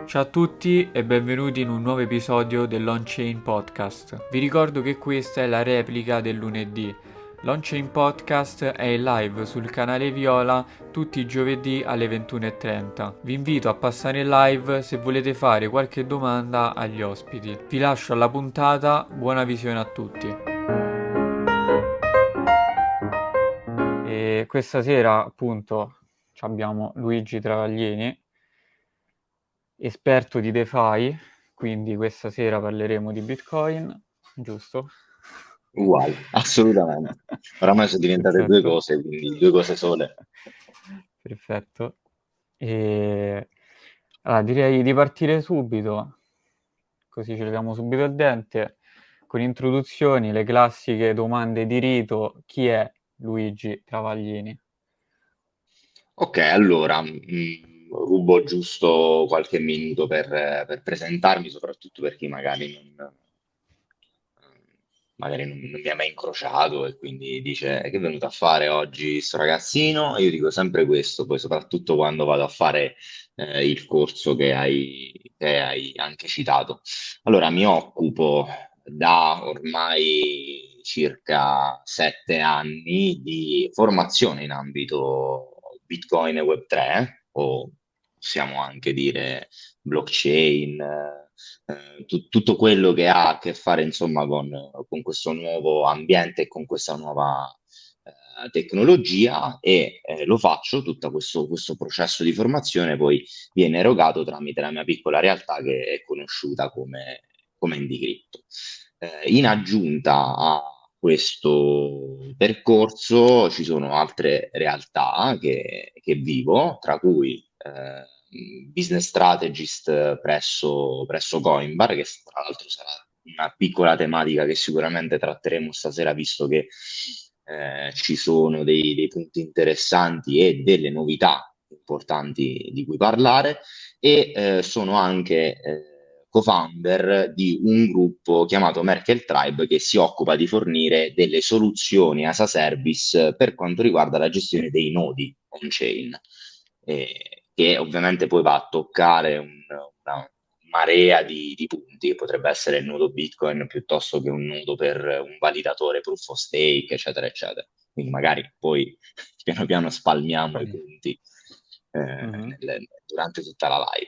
Ciao a tutti e benvenuti in un nuovo episodio dell'On-Chain Podcast. Vi ricordo che questa è la replica del lunedì. L'On-Chain Podcast è in live sul canale Viola tutti i giovedì alle 21:30. Vi invito a passare in live se volete fare qualche domanda agli ospiti. Vi lascio alla puntata, buona visione a tutti. E questa sera appunto abbiamo Luigi Travaglini, esperto di DeFi, quindi questa sera parleremo di Bitcoin, giusto? Uguale, assolutamente. Oramai sono diventate due Perfetto. cose, quindi due cose sole. Perfetto. E allora, direi di partire subito, così ci leviamo subito il dente, con introduzioni, le classiche domande di rito. Chi è Luigi Travaglini? Ok, allora, rubo giusto qualche minuto per presentarmi, soprattutto per chi magari non mi ha mai incrociato e quindi dice che è venuto a fare oggi sto ragazzino? E io dico sempre questo, poi soprattutto quando vado a fare il corso che hai anche citato. Allora, mi occupo da ormai circa 7 anni di formazione in ambito Bitcoin e Web3, o possiamo anche dire blockchain, tutto quello che ha a che fare insomma con questo nuovo ambiente e con questa nuova tecnologia e lo faccio, tutto questo processo di formazione poi viene erogato tramite la mia piccola realtà che è conosciuta come Indie in aggiunta a questo percorso ci sono altre realtà che vivo, tra cui business strategist presso Coinbar, che tra l'altro sarà una piccola tematica che sicuramente tratteremo stasera, visto che ci sono dei punti interessanti e delle novità importanti di cui parlare e sono anche co-founder di un gruppo chiamato Merkel Tribe che si occupa di fornire delle soluzioni as a service per quanto riguarda la gestione dei nodi on-chain, che ovviamente poi va a toccare una marea di punti, che potrebbe essere il nodo Bitcoin piuttosto che un nodo per un validatore proof of stake, eccetera, eccetera. Quindi magari poi piano piano spalmiamo i Poi- punti Mhm. durante tutta la live.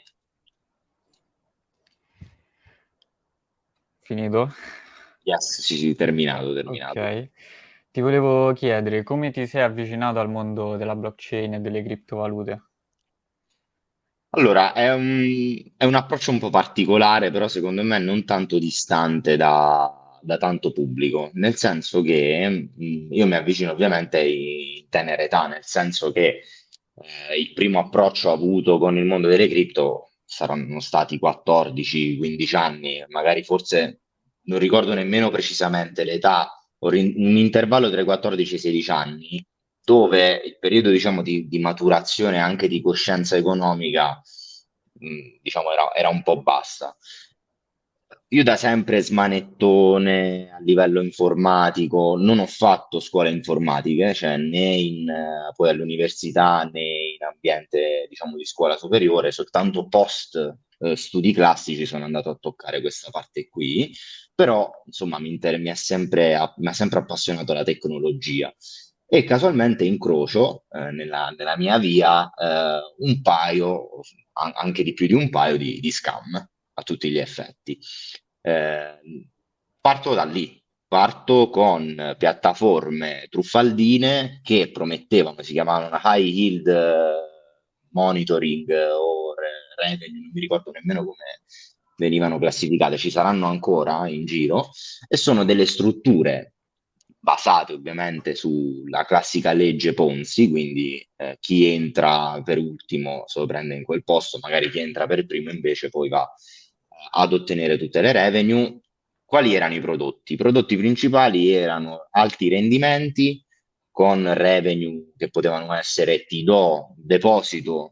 Finito? Yes, sì, sì, terminato, terminato. Ok. Ti volevo chiedere come ti sei avvicinato al mondo della blockchain e delle criptovalute? Allora, è un approccio un po' particolare, però secondo me non tanto distante da tanto pubblico, nel senso che io mi avvicino ovviamente in tenera età, nel senso che il primo approccio avuto con il mondo delle cripto saranno stati 14-15 anni, magari forse non ricordo nemmeno precisamente l'età, un intervallo tra i 14 e i 16 anni dove il periodo, diciamo, di maturazione anche di coscienza economica, diciamo, era un po' bassa. Io da sempre smanettone a livello informatico, non ho fatto scuole informatiche, cioè né poi all'università né in ambiente, diciamo, di scuola superiore, soltanto post studi classici sono andato a toccare questa parte qui, però insomma mi ha sempre appassionato la tecnologia e casualmente incrocio nella mia via un paio, anche di più di un paio di scam a tutti gli effetti. Eh, Parto da lì, parto con piattaforme truffaldine che promettevano, si chiamavano high yield monitoring o revenue, non mi ricordo nemmeno come venivano classificate, ci saranno ancora in giro e sono delle strutture basate ovviamente sulla classica legge Ponzi, quindi chi entra per ultimo se lo prende in quel posto, magari chi entra per primo invece poi va ad ottenere tutte le revenue. Quali erano i prodotti? I prodotti principali erano alti rendimenti con revenue che potevano essere ti do, deposito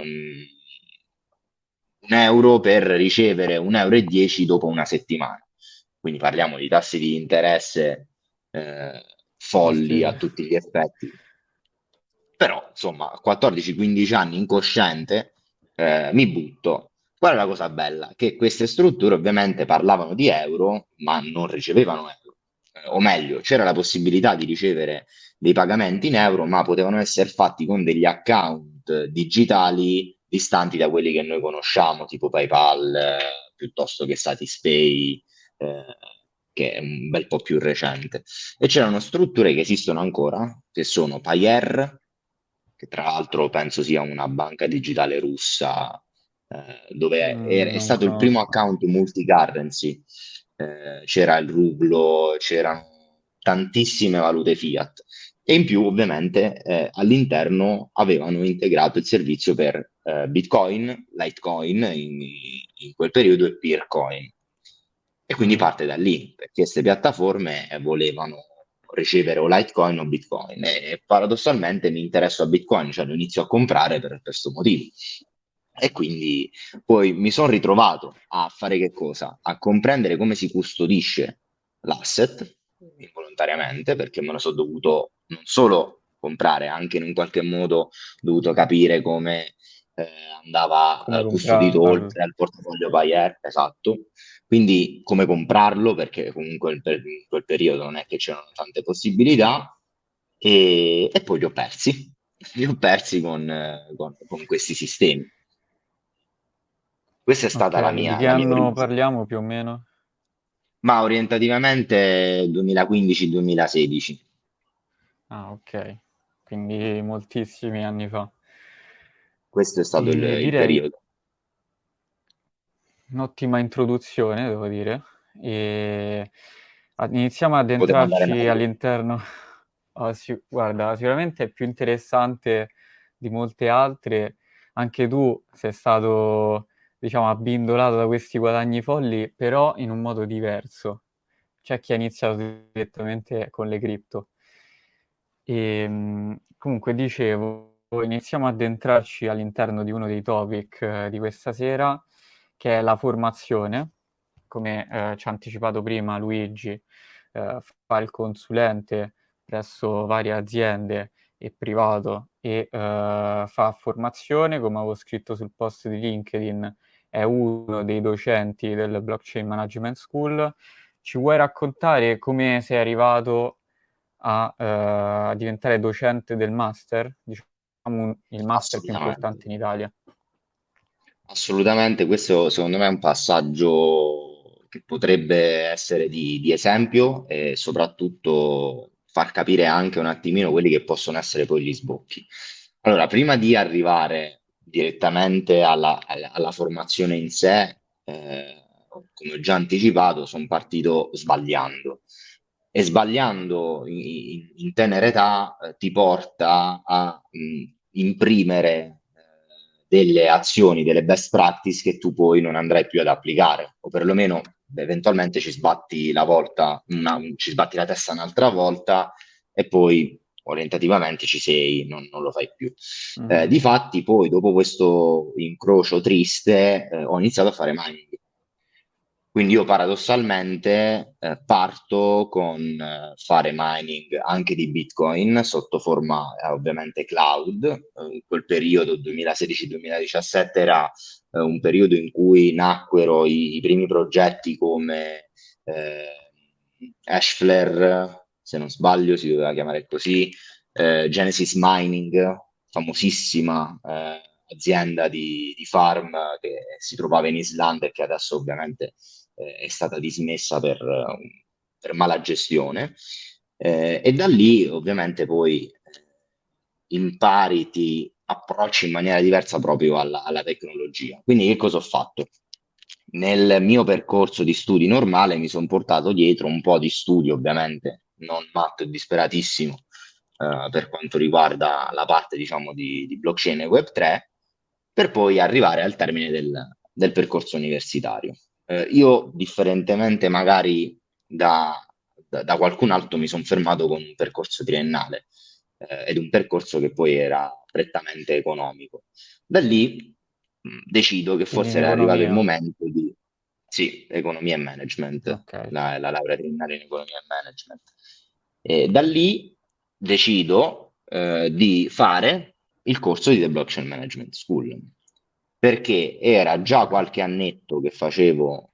1 euro per ricevere 1,10 € dopo una settimana. Quindi parliamo di tassi di interesse eh, folli a Estivi. tutti gli effetti. Però, insomma, a 14-15 anni incosciente mi butto. Qual è la cosa bella? Che queste strutture ovviamente parlavano di euro, ma non ricevevano euro. O meglio, c'era la possibilità di ricevere dei pagamenti in euro, ma potevano essere fatti con degli account digitali distanti da quelli che noi conosciamo, tipo PayPal, piuttosto che Satispay, eh, che è un bel po' più recente. E c'erano strutture che esistono ancora, che sono Payer, che tra l'altro penso sia una banca digitale russa, dove è Non stato il primo conosco. account multi-currency. C'era il rublo, c'erano tantissime valute fiat e in più ovviamente all'interno avevano integrato il servizio per Bitcoin, Litecoin in quel periodo e Peercoin. E quindi Mm. parte da lì, perché queste piattaforme volevano ricevere o Litecoin o Bitcoin e paradossalmente mi interesso a Bitcoin, cioè lo inizio a comprare per questo motivo. E quindi poi mi sono ritrovato a fare che cosa? A comprendere come si custodisce l'asset involontariamente, perché me lo sono dovuto non solo comprare, anche in un qualche modo dovuto capire come eh, andava Come custodito comprarlo? oltre al portafoglio buyer, esatto. Quindi come comprarlo, perché comunque in quel periodo non è che c'erano tante possibilità, e poi li ho persi. Li ho persi con questi sistemi. Questa è stata Ok, di che la mia anno origine, parliamo più o meno? ma orientativamente 2015-2016. Ah, ok, quindi moltissimi anni fa. Questo è stato E il direi periodo. un'ottima introduzione, devo dire. E iniziamo ad Poteva andare addentrarci meglio. all'interno. Oh, guarda, sicuramente è più interessante di molte altre. Anche tu sei stato, diciamo, abbindolato da questi guadagni folli, però in un modo diverso. C'è chi ha iniziato direttamente con le cripto. Comunque dicevo, iniziamo ad addentrarci all'interno di uno dei topic di questa sera, che è la formazione. Come ci ha anticipato prima Luigi, fa il consulente presso varie aziende e privato e fa formazione, come avevo scritto sul post di LinkedIn, è uno dei docenti del Blockchain Management School. Ci vuoi raccontare come sei arrivato a diventare docente del master? Diciamo il master più Assolutamente. importante in Italia. Assolutamente, questo secondo me è un passaggio che potrebbe essere di esempio e soprattutto far capire anche un attimino quelli che possono essere poi gli sbocchi. Allora, prima di arrivare direttamente alla formazione in sé, come ho già anticipato, sono partito sbagliando. E sbagliando in tenera età, ti porta a imprimere delle azioni, delle best practice che tu poi non andrai più ad applicare, o perlomeno eventualmente ci sbatti la testa un'altra volta e poi orientativamente ci sei, non lo fai più. Mhm. Difatti, poi dopo questo incrocio triste, ho iniziato a fare mining. Quindi io paradossalmente parto con fare mining anche di Bitcoin sotto forma ovviamente cloud. In quel periodo 2016-2017 era un periodo in cui nacquero i primi progetti come Hashflare, se non sbaglio si doveva chiamare così, Genesis Mining, famosissima azienda di farm che si trovava in Islanda e che adesso ovviamente è stata dismessa per mala gestione. E da lì ovviamente poi impari, ti approcci in maniera diversa proprio alla tecnologia. Quindi che cosa ho fatto? Nel mio percorso di studi normale mi sono portato dietro un po' di studi, ovviamente, non matto e disperatissimo, per quanto riguarda la parte, diciamo, di blockchain e Web3, per poi arrivare al termine del percorso universitario. Io, differentemente magari da qualcun altro, mi sono fermato con un percorso triennale ed un percorso che poi era prettamente economico. Da lì decido che Quindi in forse era arrivato il economia. momento di, sì, economia e management, Ok. la laurea triennale in economia e management. E da lì decido di fare il corso di The Blockchain Management School. perché era già qualche annetto che facevo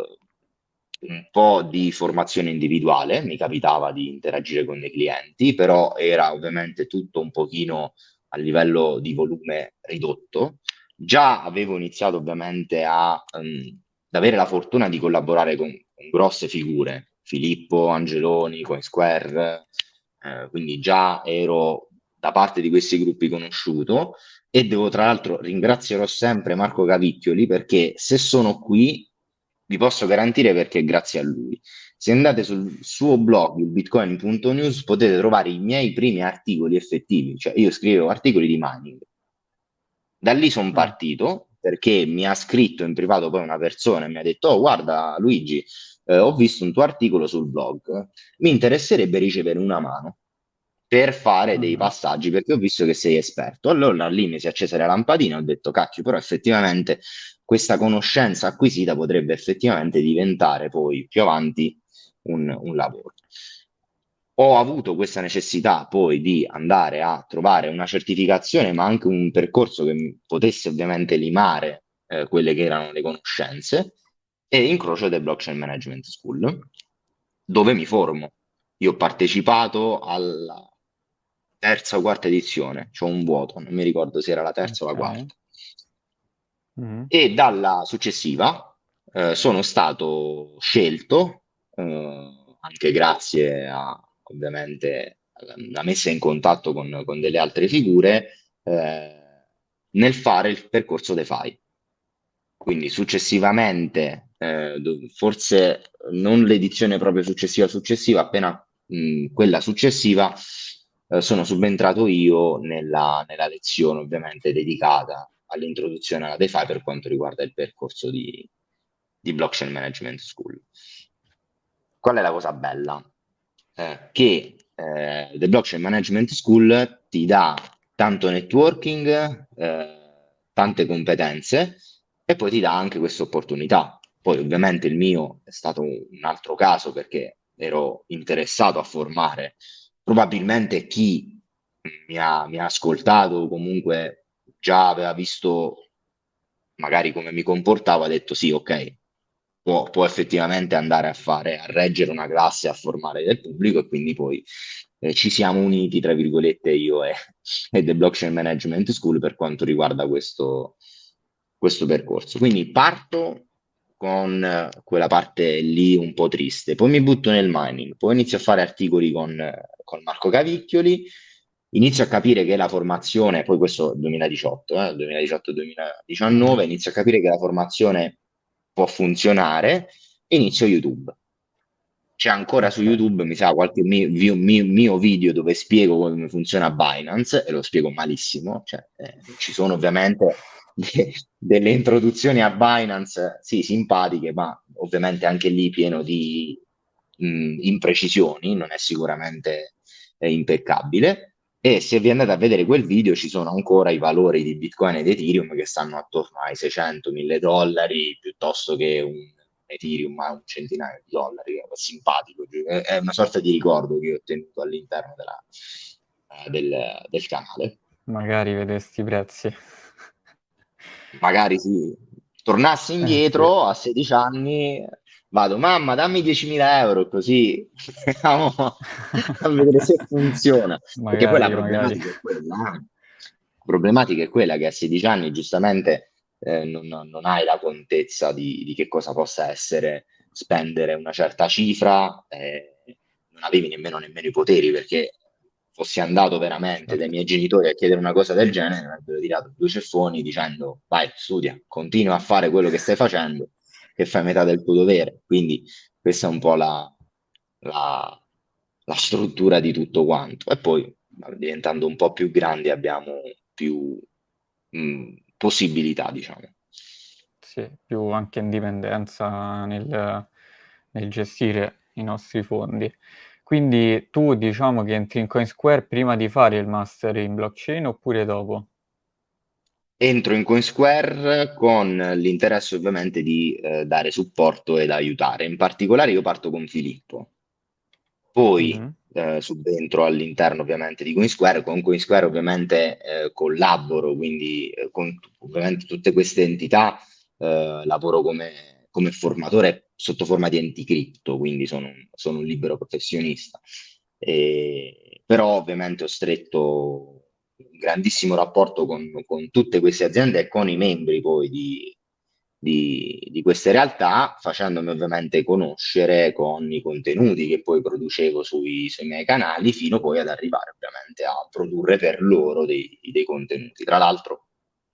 un po' di formazione individuale, mi capitava di interagire con dei clienti, però era ovviamente tutto un pochino a livello di volume ridotto. Già avevo iniziato ovviamente ad avere la fortuna di collaborare con grosse figure, Filippo, Angeloni, CoinSquare, quindi già ero da parte di questi gruppi conosciuto e devo tra l'altro ringrazierò sempre Marco Cavicchioli perché se sono qui vi posso garantire perché è grazie a lui. Se andate sul suo blog, il bitcoin.news, potete trovare i miei primi articoli effettivi, cioè io scrivevo articoli di mining. Da lì sono Mm, partito perché mi ha scritto in privato poi una persona e mi ha detto: Oh, guarda, Luigi, ho visto un tuo articolo sul blog, mi interesserebbe ricevere una mano per fare dei mhm. passaggi perché ho visto che sei esperto. Allora lì mi si è accesa la lampadina e ho detto: Cacchio, però effettivamente questa conoscenza acquisita potrebbe effettivamente diventare poi più avanti un lavoro. Ho avuto questa necessità poi di andare a trovare una certificazione, ma anche un percorso che mi potesse ovviamente limare quelle che erano le conoscenze, e incrocio The Blockchain Management School, dove mi formo. Io ho partecipato alla terza o quarta edizione, c'ho un vuoto, non mi ricordo se era la terza o la Ok. quarta. Mhm. E dalla successiva sono stato scelto, anche grazie a ovviamente alla messa in contatto con delle altre figure, nel fare il percorso DeFi. Quindi successivamente, forse non l'edizione proprio successiva, appena quella successiva, sono subentrato io nella lezione ovviamente dedicata all'introduzione alla DeFi per quanto riguarda il percorso di Blockchain Management School. Qual è la cosa bella? Che The Blockchain Management School ti dà tanto networking, tante competenze e poi ti dà anche questa opportunità. Poi ovviamente il mio è stato un altro caso perché ero interessato a formare probabilmente chi mi ha ascoltato o comunque già aveva visto magari come mi comportavo, ha detto sì, ok, può effettivamente andare a reggere una classe, a formare del pubblico e quindi poi ci siamo uniti, tra virgolette, io e The Blockchain Management School per quanto riguarda questo percorso. Quindi parto con quella parte lì un po' triste, poi mi butto nel mining, poi inizio a fare articoli con Marco Cavicchioli, inizio a capire che la formazione, poi questo 2018, 2018-2019, Mhm. inizio a capire che la formazione può funzionare, inizio YouTube. C'è ancora su Ok. YouTube, mi sa, qualche mio video dove spiego come funziona Binance e lo spiego malissimo. Cioè, ci sono ovviamente delle introduzioni a Binance, sì, simpatiche, ma ovviamente anche lì pieno di imprecisioni, non è sicuramente impeccabile. E se vi andate a vedere quel video, ci sono ancora i valori di Bitcoin ed Ethereum che stanno attorno ai 600.000 dollari piuttosto che un Ethereum a un centinaio di dollari. È simpatico, è una sorta di ricordo che ho tenuto all'interno del canale. Magari vedesti i prezzi. Magari sì, tornassi Sì, indietro a 16 anni, vado, mamma, dammi 10.000 euro, così proviamo a vedere se funziona. Perché poi la magari, magari. problematica è quella, la problematica è quella che a 16 anni giustamente non hai la contezza di che cosa possa essere spendere una certa cifra, non avevi nemmeno i poteri perché fossi andato veramente dai Certo. miei genitori a chiedere una cosa del genere, mi avrebbero tirato due ceffoni dicendo vai, studia, continua a fare quello che stai facendo, che fai metà del tuo dovere. Quindi questa è un po' la- la struttura di tutto quanto. E poi diventando un po' più grandi abbiamo più possibilità, diciamo. Sì, più anche indipendenza nel gestire i nostri fondi. Quindi tu diciamo che entri in CoinSquare prima di fare il master in blockchain oppure dopo? Entro in CoinSquare con l'interesse ovviamente di dare supporto ed aiutare. In particolare io parto con Filippo. Poi Mhm. subentro all'interno ovviamente di Coinsquare. Con Coinsquare ovviamente collaboro, quindi con ovviamente tutte queste entità lavoro come formatore sotto forma di anticripto, quindi sono un libero professionista. Però ovviamente ho stretto un grandissimo rapporto con tutte queste aziende e con i membri poi di queste realtà, facendomi ovviamente conoscere con i contenuti che poi producevo sui miei canali, fino poi ad arrivare ovviamente a produrre per loro dei contenuti. Tra l'altro,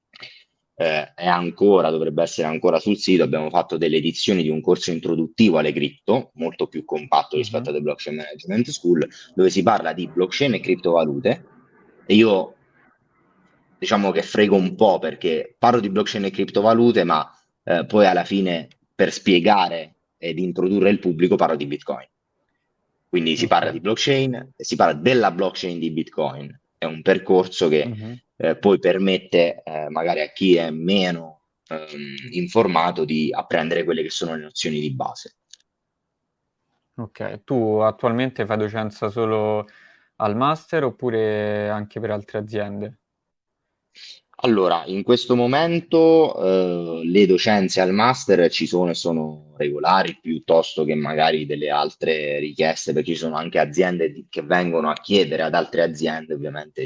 dovrebbe essere ancora sul sito. Abbiamo fatto delle edizioni di un corso introduttivo alle cripto, molto più compatto rispetto Mhm. alle Blockchain Management School, dove si parla di blockchain e criptovalute. E io diciamo che frego un po' perché parlo di blockchain e criptovalute, ma poi alla fine per spiegare ed introdurre il pubblico parlo di Bitcoin. Quindi si Ok. parla di blockchain, si parla della blockchain di Bitcoin. È un percorso che Mhm. poi permette magari a chi è meno informato di apprendere quelle che sono le nozioni di base. Ok, tu attualmente fai docenza solo al master oppure anche per altre aziende? Allora, in questo momento le docenze al master ci sono e sono regolari piuttosto che magari delle altre richieste, perché ci sono anche aziende che vengono a chiedere ad altre aziende ovviamente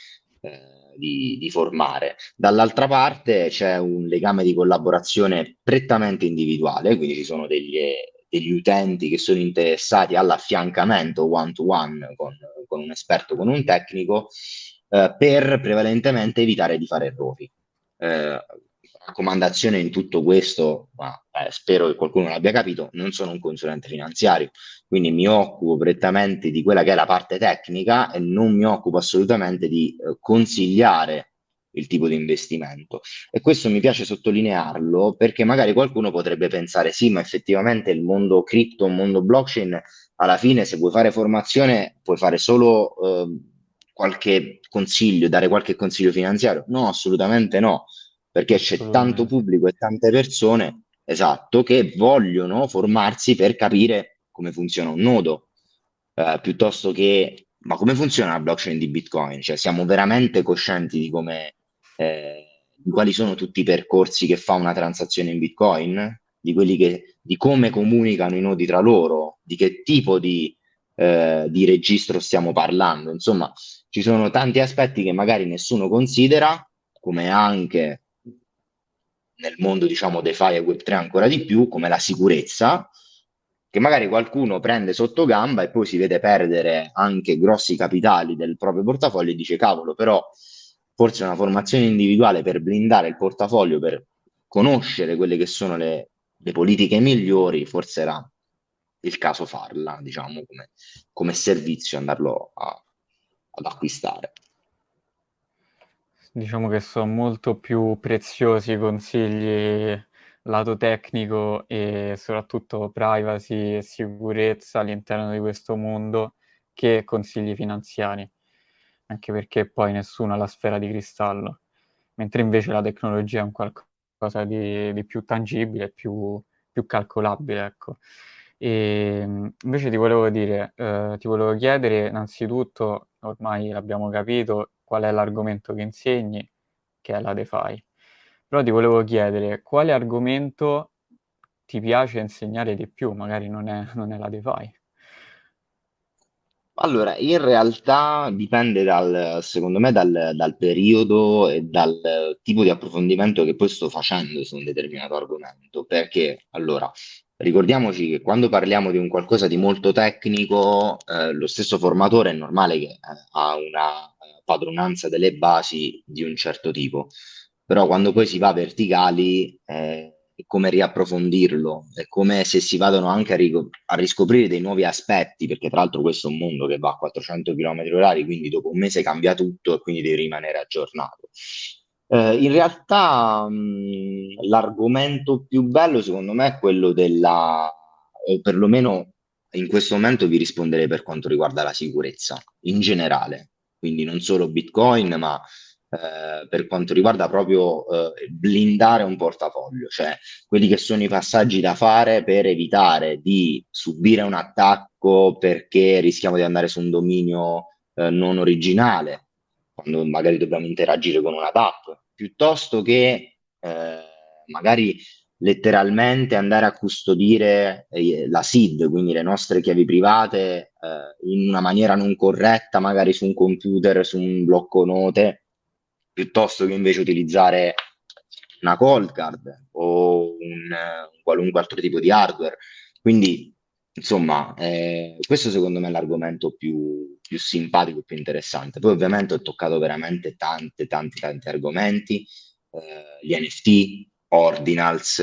di formare. Dall'altra parte c'è un legame di collaborazione prettamente individuale, quindi ci sono degli utenti che sono interessati all'affiancamento one-to-one con un esperto, con un tecnico per prevalentemente evitare di fare errori. Raccomandazione in tutto questo, ma spero che qualcuno l'abbia capito, non sono un consulente finanziario, quindi mi occupo prettamente di quella che è la parte tecnica e non mi occupo assolutamente di consigliare il tipo di investimento. E questo mi piace sottolinearlo perché magari qualcuno potrebbe pensare, sì, ma effettivamente il mondo cripto, il mondo blockchain, alla fine se vuoi fare formazione puoi fare solo qualche consiglio, dare qualche consiglio finanziario. No, assolutamente no, perché c'è tanto Assolutamente. pubblico e tante persone, esatto, che vogliono formarsi per capire come funziona un nodo, piuttosto che, ma come funziona la blockchain di Bitcoin? Cioè, siamo veramente coscienti di quali sono tutti i percorsi che fa una transazione in Bitcoin? Di come comunicano i nodi tra loro, di che tipo di registro stiamo parlando. Insomma, ci sono tanti aspetti che magari nessuno considera, come anche nel mondo, diciamo, DeFi e Web3 ancora di più, come la sicurezza, che magari qualcuno prende sotto gamba e poi si vede perdere anche grossi capitali del proprio portafoglio e dice, cavolo, però forse una formazione individuale per blindare il portafoglio, per conoscere quelle che sono le politiche migliori, forse era il caso farla, diciamo, come servizio, ad acquistare. Diciamo che sono molto più preziosi i consigli lato tecnico e soprattutto privacy e sicurezza all'interno di questo mondo che consigli finanziari, anche perché poi nessuno ha la sfera di cristallo, mentre invece la tecnologia è un qualcosa di più tangibile, più calcolabile, ecco. E invece ti volevo chiedere innanzitutto, ormai l'abbiamo capito, qual è l'argomento che insegni, che è la DeFi. Però ti volevo chiedere quale argomento ti piace insegnare di più, magari non è la DeFi. Allora, in realtà dipende secondo me, dal periodo e dal tipo di approfondimento che poi sto facendo su un determinato argomento. Perché, allora, ricordiamoci che quando parliamo di un qualcosa di molto tecnico, lo stesso formatore è normale che ha una padronanza delle basi di un certo tipo. Però quando poi si va verticali, è come riapprofondirlo, è come se si vadano anche a riscoprire dei nuovi aspetti, perché tra l'altro questo è un mondo che va a 400 km orari, quindi dopo un mese cambia tutto e quindi devi rimanere aggiornato. In realtà, l'argomento più bello secondo me è quello o perlomeno in questo momento vi risponderei per quanto riguarda la sicurezza in generale, quindi non solo Bitcoin, ma per quanto riguarda proprio blindare un portafoglio, cioè quelli che sono i passaggi da fare per evitare di subire un attacco perché rischiamo di andare su un dominio non originale, quando magari dobbiamo interagire con una app, piuttosto che magari letteralmente andare a custodire la SID, quindi le nostre chiavi private, in una maniera non corretta, magari su un computer, su un blocco note, piuttosto che invece utilizzare una cold card o un qualunque altro tipo di hardware. Quindi, insomma, questo secondo me è l'argomento più simpatico e più interessante. Poi ovviamente ho toccato veramente tanti argomenti, gli NFT, Ordinals,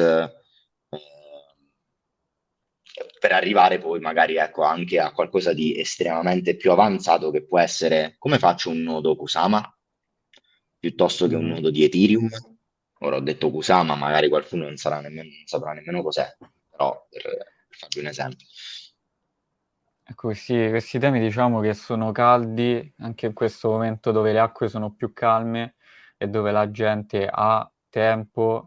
per arrivare poi magari ecco, anche a qualcosa di estremamente più avanzato che può essere come faccio un nodo Kusama piuttosto che un Mhm. nodo di Ethereum. Ora ho detto Kusama, magari qualcuno non saprà nemmeno cos'è, però per farvi un esempio. Ecco, questi temi diciamo che sono caldi anche in questo momento dove le acque sono più calme e dove la gente ha tempo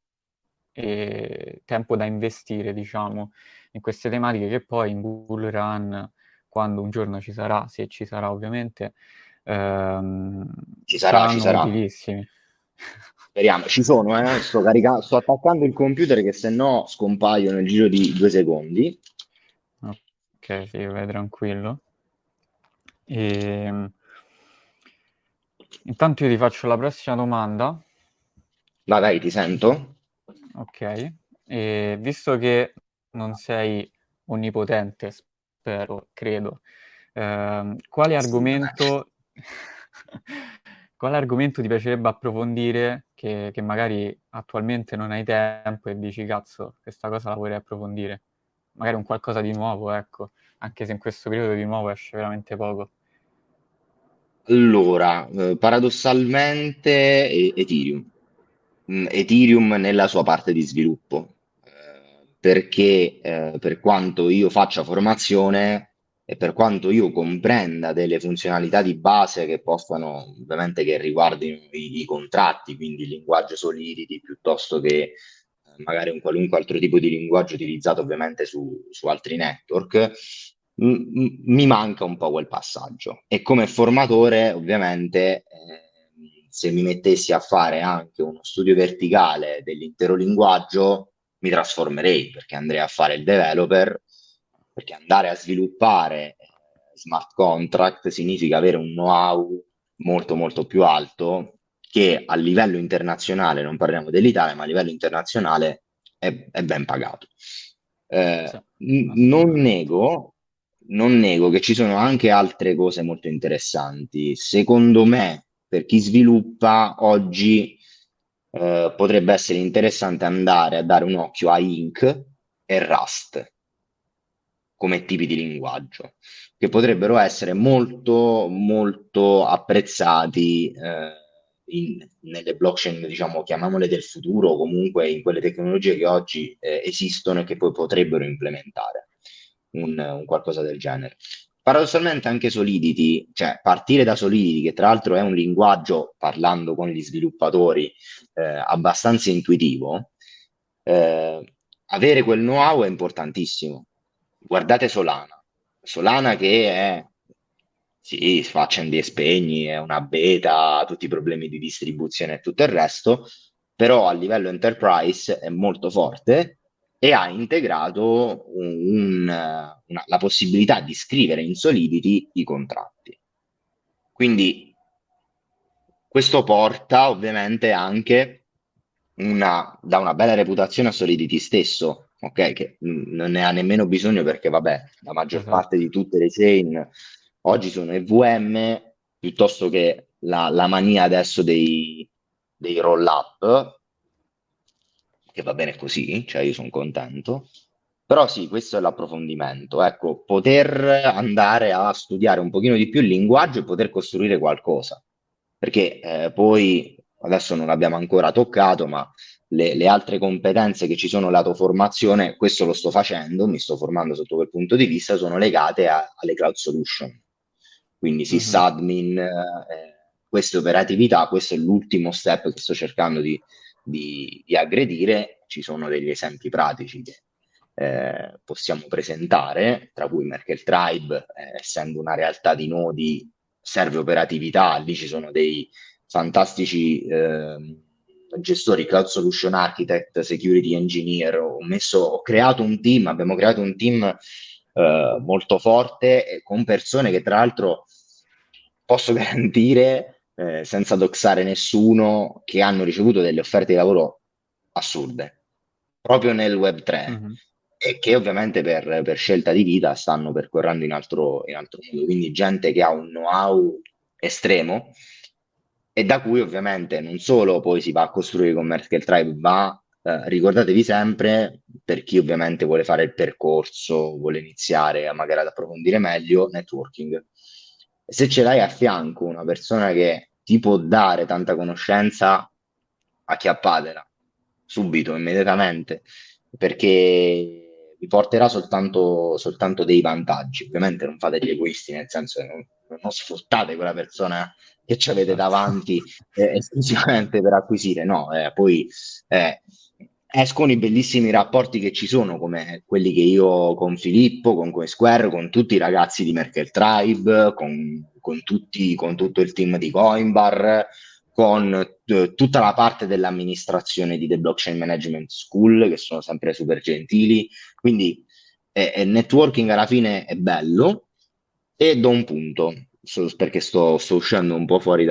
e tempo da investire, diciamo, in queste tematiche che poi in bull run, quando un giorno ci sarà, se ci sarà ovviamente, ehm, Ci saranno sarà. utilissimi. Speriamo. Ci sono, sto attaccando il computer che se no scompaio nel giro di 2 secondi. Ok, sì, vai tranquillo. E, intanto io ti faccio la prossima domanda. Vai, vai, ti sento? Ok, e visto che non sei onnipotente, spero, credo, quale Assolutamente. argomento, quale argomento ti piacerebbe approfondire che magari attualmente non hai tempo e dici, cazzo, questa cosa la vorrei approfondire? Magari un qualcosa di nuovo, ecco, anche se in questo periodo di nuovo esce veramente poco. Allora, paradossalmente Ethereum. Ethereum nella sua parte di sviluppo, perché per quanto io faccia formazione e per quanto io comprenda delle funzionalità di base che possano, ovviamente che riguardino i contratti, quindi il linguaggio Solidity piuttosto che magari un qualunque altro tipo di linguaggio utilizzato ovviamente su altri network, mi manca un po' quel passaggio. E come formatore, ovviamente, se mi mettessi a fare anche uno studio verticale dell'intero linguaggio, mi trasformerei perché andrei a fare il developer, perché andare a sviluppare smart contract significa avere un know-how molto più alto che a livello internazionale, non parliamo dell'Italia, ma a livello internazionale è ben pagato. Sì, Non assolutamente. nego che ci sono anche altre cose molto interessanti. Secondo me, per chi sviluppa oggi, potrebbe essere interessante andare a dare un occhio a Inc e Rust come tipi di linguaggio, che potrebbero essere molto apprezzati nelle blockchain, diciamo, chiamiamole del futuro, o comunque in quelle tecnologie che oggi esistono e che poi potrebbero implementare un qualcosa del genere. Paradossalmente anche Solidity, cioè partire da Solidity, che tra l'altro è un linguaggio, parlando con gli sviluppatori, abbastanza intuitivo, avere quel know-how è importantissimo. Guardate Solana. Solana che è, sì, fa accendi e spegni, è una beta, ha tutti i problemi di distribuzione e tutto il resto, però a livello enterprise è molto forte e ha integrato la possibilità di scrivere in Solidity i contratti. Quindi questo porta ovviamente anche da una bella reputazione a Solidity stesso, ok? Che non ne ha nemmeno bisogno perché, vabbè, la maggior parte Esatto. di tutte le chain oggi sono EVM piuttosto che la mania adesso dei roll-up, che va bene così, cioè io sono contento. Però sì, questo è l'approfondimento. Ecco, poter andare a studiare un pochino di più il linguaggio e poter costruire qualcosa. Perché poi, adesso non l'abbiamo ancora toccato, ma le altre competenze che ci sono lato formazione, questo lo sto facendo, mi sto formando sotto quel punto di vista, sono legate alle cloud solution. Quindi Mhm. sysadmin, queste operatività, questo è l'ultimo step che sto cercando di aggredire. Ci sono degli esempi pratici che possiamo presentare, tra cui Merkle Tribe, essendo una realtà di nodi, serve operatività, lì ci sono dei fantastici gestori, cloud solution architect, security engineer. Ho creato un team, abbiamo creato un team molto forte con persone che tra l'altro posso garantire, senza doxare nessuno, che hanno ricevuto delle offerte di lavoro assurde, proprio nel Web 3 Mhm. e che ovviamente per scelta di vita stanno percorrendo in altro modo. Quindi gente che ha un know-how estremo e da cui ovviamente non solo poi si va a costruire con Merkle Tribe, ma ricordatevi sempre, per chi ovviamente vuole fare il percorso, vuole iniziare magari ad approfondire meglio, networking. Se ce l'hai a fianco una persona che ti può dare tanta conoscenza, acchiappatela subito, immediatamente, perché vi porterà soltanto dei vantaggi. Ovviamente non fate gli egoisti, nel senso che non sfruttate quella persona che ci avete Certo. davanti esclusivamente per acquisire, no, poi eh, escono i bellissimi rapporti che ci sono, come quelli che io ho con Filippo, con Coinsquare, con tutti i ragazzi di Merkle Tribe, con tutto il team di Coinbar, con tutta la parte dell'amministrazione di The Blockchain Management School, che sono sempre super gentili. Quindi networking alla fine è bello e do un punto, perché sto uscendo un po' fuori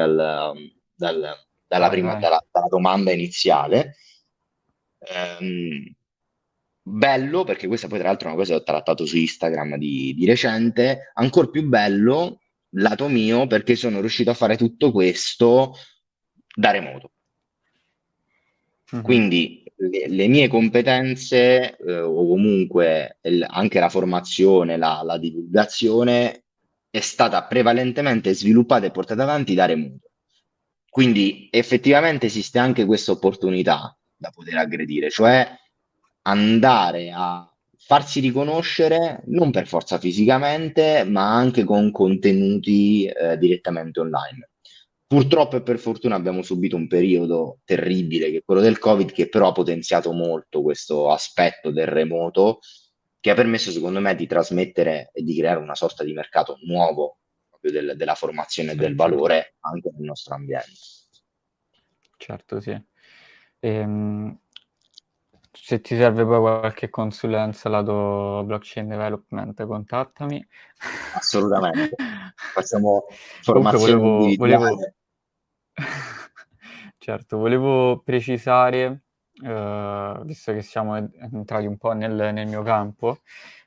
Vai, vai. dalla domanda iniziale. Ehm, bello, perché questa poi tra l'altro è una cosa che ho trattato su Instagram di recente, ancora più bello, lato mio, perché sono riuscito a fare tutto questo da remoto. Mhm. Quindi le mie competenze, o comunque anche la formazione, la divulgazione, è stata prevalentemente sviluppata e portata avanti da remoto. Quindi effettivamente esiste anche questa opportunità da poter aggredire, cioè andare a farsi riconoscere non per forza fisicamente, ma anche con contenuti direttamente online. Purtroppo e per fortuna abbiamo subito un periodo terribile, che è quello del Covid, che però ha potenziato molto questo aspetto del remoto, che ha permesso, secondo me, di trasmettere e di creare una sorta di mercato nuovo proprio della formazione e Sì, del valore anche nel nostro ambiente. certo, sì. Ehm, Se ti serve poi qualche consulenza lato blockchain development, contattami. Assolutamente. Facciamo Comunque formazione individuale. certo, volevo precisare, visto che siamo entrati un po' nel mio campo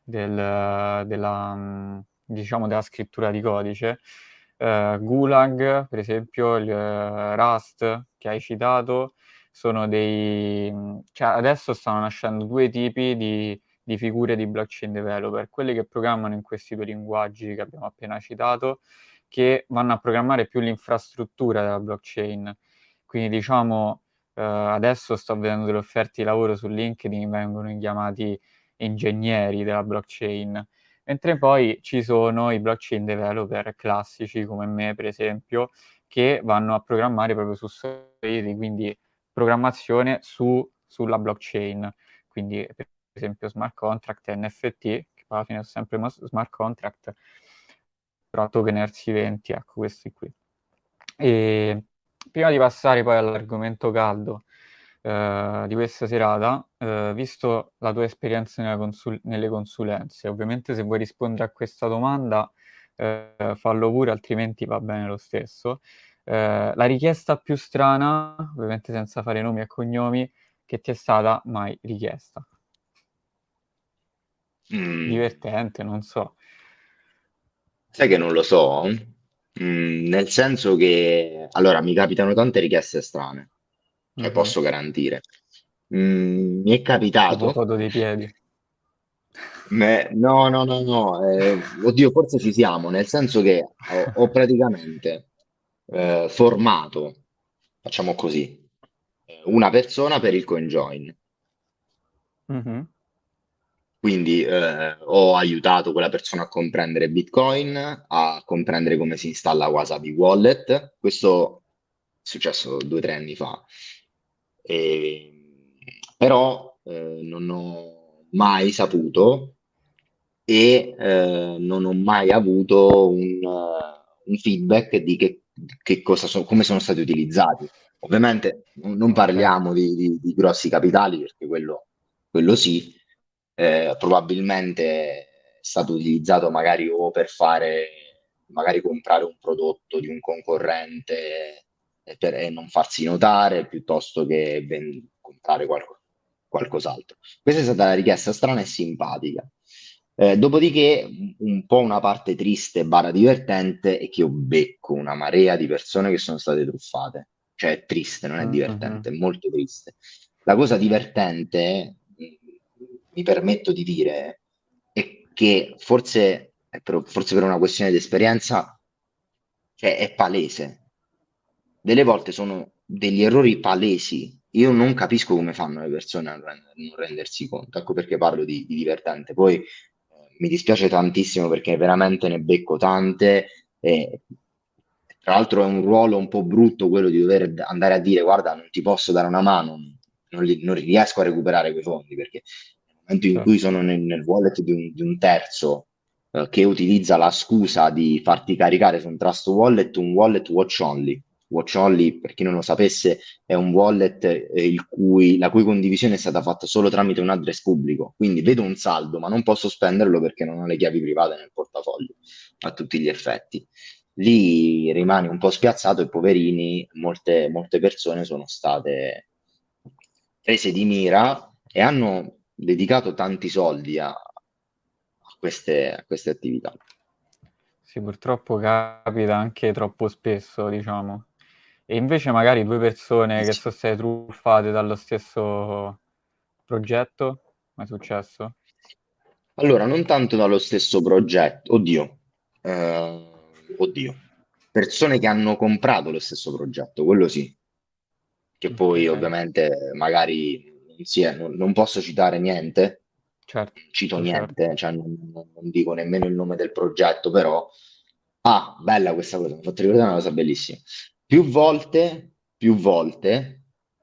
diciamo della scrittura di codice, Gulag, per esempio, il Rust che hai citato, sono cioè adesso stanno nascendo due tipi di figure di blockchain developer, quelli che programmano in questi due linguaggi che abbiamo appena citato, che vanno a programmare più l'infrastruttura della blockchain. Quindi diciamo, adesso sto vedendo delle offerte di lavoro su LinkedIn, vengono chiamati ingegneri della blockchain, mentre poi ci sono i blockchain developer classici come me, per esempio, che vanno a programmare proprio su Solidity, quindi programmazione sulla blockchain, quindi per esempio smart contract, NFT, che alla fine sono sempre smart contract, però token ERC20, ecco questi qui. E prima di passare poi all'argomento caldo di questa serata, visto la tua esperienza nelle consulenze, ovviamente se vuoi rispondere a questa domanda, fallo pure, altrimenti va bene lo stesso. La richiesta più strana, ovviamente senza fare nomi e cognomi, che ti è stata mai richiesta. Mm, Divertente, non so. sai che non lo so? Nel senso che, allora, mi capitano tante richieste strane, cioè Mhm. posso garantire. Mi è Tipo capitato, foto dei piedi. no, no, no, no, oddio, forse ci siamo, nel senso che ho praticamente formato, facciamo così, una persona per il CoinJoin. Mhm. Quindi ho aiutato quella persona a comprendere Bitcoin, a comprendere come si installa Wasabi Wallet. Questo è successo 2 o 3 anni fa. E- Però non ho mai saputo e non ho mai avuto un feedback di che cosa come sono stati utilizzati. Ovviamente non Ok. parliamo di grossi capitali, perché quello sì, probabilmente è stato utilizzato magari o per fare, magari comprare un prodotto di un concorrente e non farsi notare, piuttosto che comprare qualcos'altro. Questa è stata la richiesta strana e simpatica. Dopodiché, un po' una parte triste bara divertente è che io becco una marea di persone che sono state truffate. Cioè, è triste, non è divertente, Mhm. è molto triste. La cosa divertente, mi permetto di dire, è che forse per una questione di esperienza, cioè, è palese. Delle volte sono degli errori palesi. Io non capisco come fanno le persone a non rendersi conto. Ecco perché parlo di divertente. Poi mi dispiace tantissimo perché veramente ne becco tante. E, tra l'altro è un ruolo un po' brutto quello di dover andare a dire: guarda, non ti posso dare una mano, non riesco a recuperare quei fondi, perché nel momento in cui Certo. sono nel wallet di un terzo, che utilizza la scusa di farti caricare su un Trust Wallet un wallet watch only. Watch only, per chi non lo sapesse, è un wallet la cui condivisione è stata fatta solo tramite un address pubblico. Quindi vedo un saldo, ma non posso spenderlo perché non ho le chiavi private nel portafoglio, a tutti gli effetti. Lì rimani un po' spiazzato e poverini, molte persone sono state prese di mira e hanno dedicato tanti soldi a queste attività. Sì, purtroppo capita anche troppo spesso, diciamo. E invece magari due persone che sono state truffate dallo stesso progetto, mai successo? Allora, non tanto dallo stesso progetto, eh, oddio, persone che hanno comprato lo stesso progetto, quello sì, che Ok, poi ovviamente magari non posso citare niente, cito certo, niente, certo. cioè non dico nemmeno il nome del progetto, però, ah, bella questa cosa, mi ha fatto ricordare una cosa bellissima. Più volte,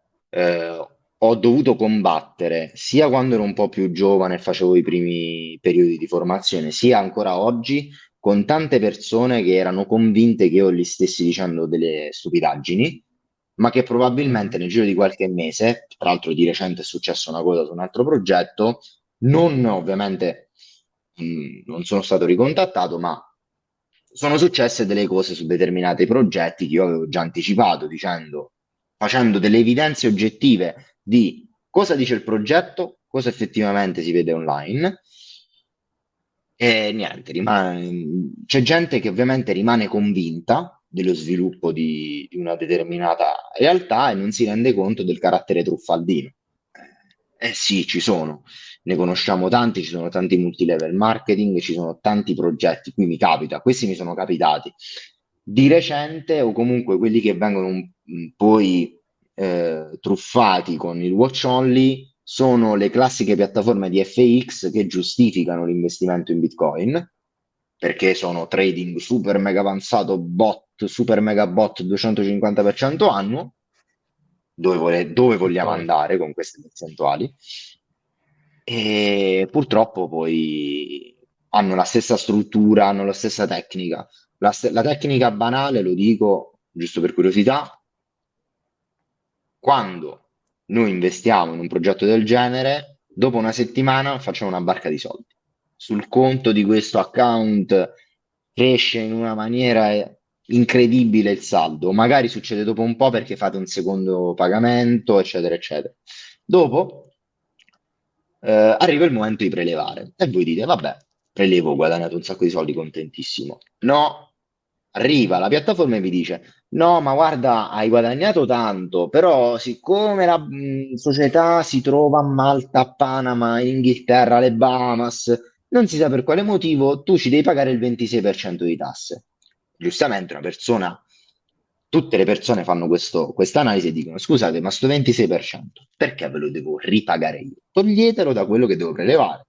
ho dovuto combattere, sia quando ero un po' più giovane e facevo i primi periodi di formazione, sia ancora oggi, con tante persone che erano convinte che io gli stessi dicendo delle stupidaggini, ma che probabilmente Mhm. nel giro di qualche mese, tra l'altro di recente è successa una cosa su un altro progetto, non ovviamente, non sono stato ricontattato, ma sono successe delle cose su determinati progetti che io avevo già anticipato, facendo delle evidenze oggettive di cosa dice il progetto, cosa effettivamente si vede online. E niente, c'è gente che ovviamente rimane convinta dello sviluppo di una determinata realtà e non si rende conto del carattere truffaldino. Sì, ci sono, ne conosciamo tanti, ci sono tanti multilevel marketing, ci sono tanti progetti, qui mi capita, questi mi sono capitati di recente o comunque quelli che vengono poi truffati con il watch only sono le classiche piattaforme di FX che giustificano l'investimento in Bitcoin perché sono trading super mega avanzato, super mega bot 250% annuo, dove E vogliamo poi? andare con queste percentuali. E purtroppo poi hanno la stessa struttura, hanno la stessa tecnica. La tecnica banale, lo dico giusto per curiosità, quando noi investiamo in un progetto del genere, dopo una settimana facciamo una barca di soldi. Sul conto di questo account cresce in una maniera incredibile il saldo. Magari succede dopo un po' perché fate un secondo pagamento, eccetera, eccetera. Dopo arriva il momento di prelevare e voi dite, vabbè, prelevo, ho guadagnato un sacco di soldi, contentissimo. No, arriva la piattaforma e vi dice, no, ma guarda, hai guadagnato tanto, però siccome la società si trova a Malta, a Panama, in Inghilterra, alle Bahamas, non si sa per quale motivo, tu ci devi pagare il 26% di tasse. Giustamente tutte le persone fanno questa analisi e dicono, scusate, ma sto 26%, perché ve lo devo ripagare io? Toglietelo da quello che devo prelevare.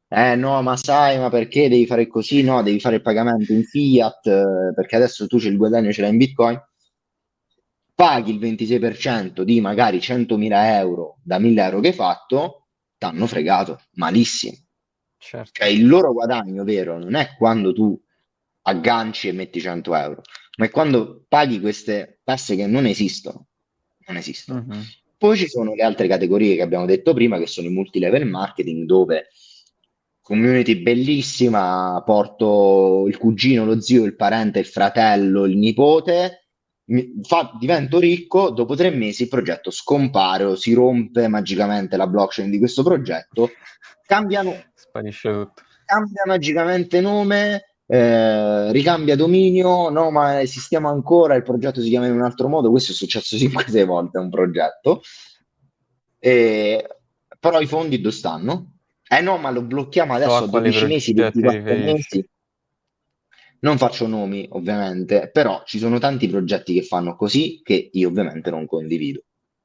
No, ma sai, ma perché devi fare così? No, devi fare il pagamento in fiat, perché adesso tu c'è il guadagno, ce l'hai in Bitcoin. Paghi il 26% di magari 100.000 euro da 1.000 euro che hai fatto, t'hanno fregato malissimo. Cioè Certo. il loro guadagno vero non è quando tu agganci e metti 100 euro, ma è quando paghi queste tasse che non esistono. Non esistono. Mhm. Poi ci sono le altre categorie che abbiamo detto prima, che sono i multilevel marketing, dove community bellissima, porto il cugino, lo zio, il parente, il fratello, il nipote, divento ricco, dopo 3 mesi il progetto scompare o si rompe magicamente la blockchain di questo progetto, cambiano, Sparisce tutto. cambia magicamente nome, ricambia dominio, no, ma esistiamo ancora, il progetto si chiama in un altro modo, questo è successo 5-6 volte a un progetto, e- però i fondi dove stanno? Eh no, ma lo blocchiamo So adesso a a quali 12 mesi, progetti 24 riferisci. mesi. Non faccio nomi, ovviamente, però ci sono tanti progetti che fanno così che io ovviamente non condivido.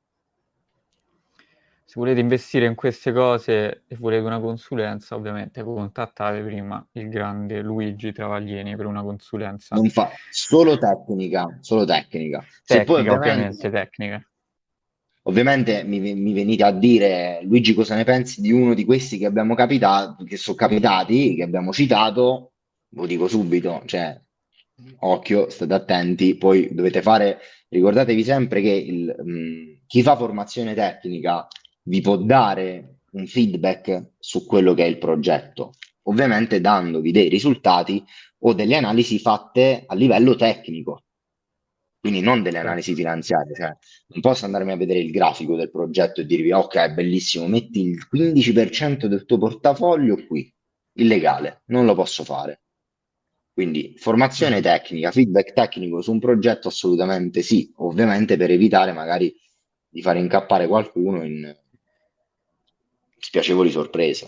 Se volete investire in queste cose e volete una consulenza, ovviamente contattate prima il grande Luigi Travaglieni per una consulenza Non fa solo tecnica, solo tecnica. Se poi tecnica, ovviamente ovviamente tecnica. Ovviamente mi venite a dire, Luigi, cosa ne pensi di uno di questi che abbiamo capitato, che sono capitati, che abbiamo citato? Lo dico subito, cioè, occhio, state attenti, poi dovete fare, ricordatevi sempre che chi fa formazione tecnica vi può dare un feedback su quello che è il progetto, ovviamente dandovi dei risultati o delle analisi fatte a livello tecnico, quindi non delle analisi Certo. finanziarie, cioè non posso andarmi a vedere il grafico del progetto e dirvi ok, bellissimo, metti il 15% del tuo portafoglio qui, illegale, non lo posso fare. Quindi formazione Mhm. tecnica, feedback tecnico su un progetto assolutamente sì, ovviamente per evitare magari di fare incappare qualcuno in spiacevoli sorprese.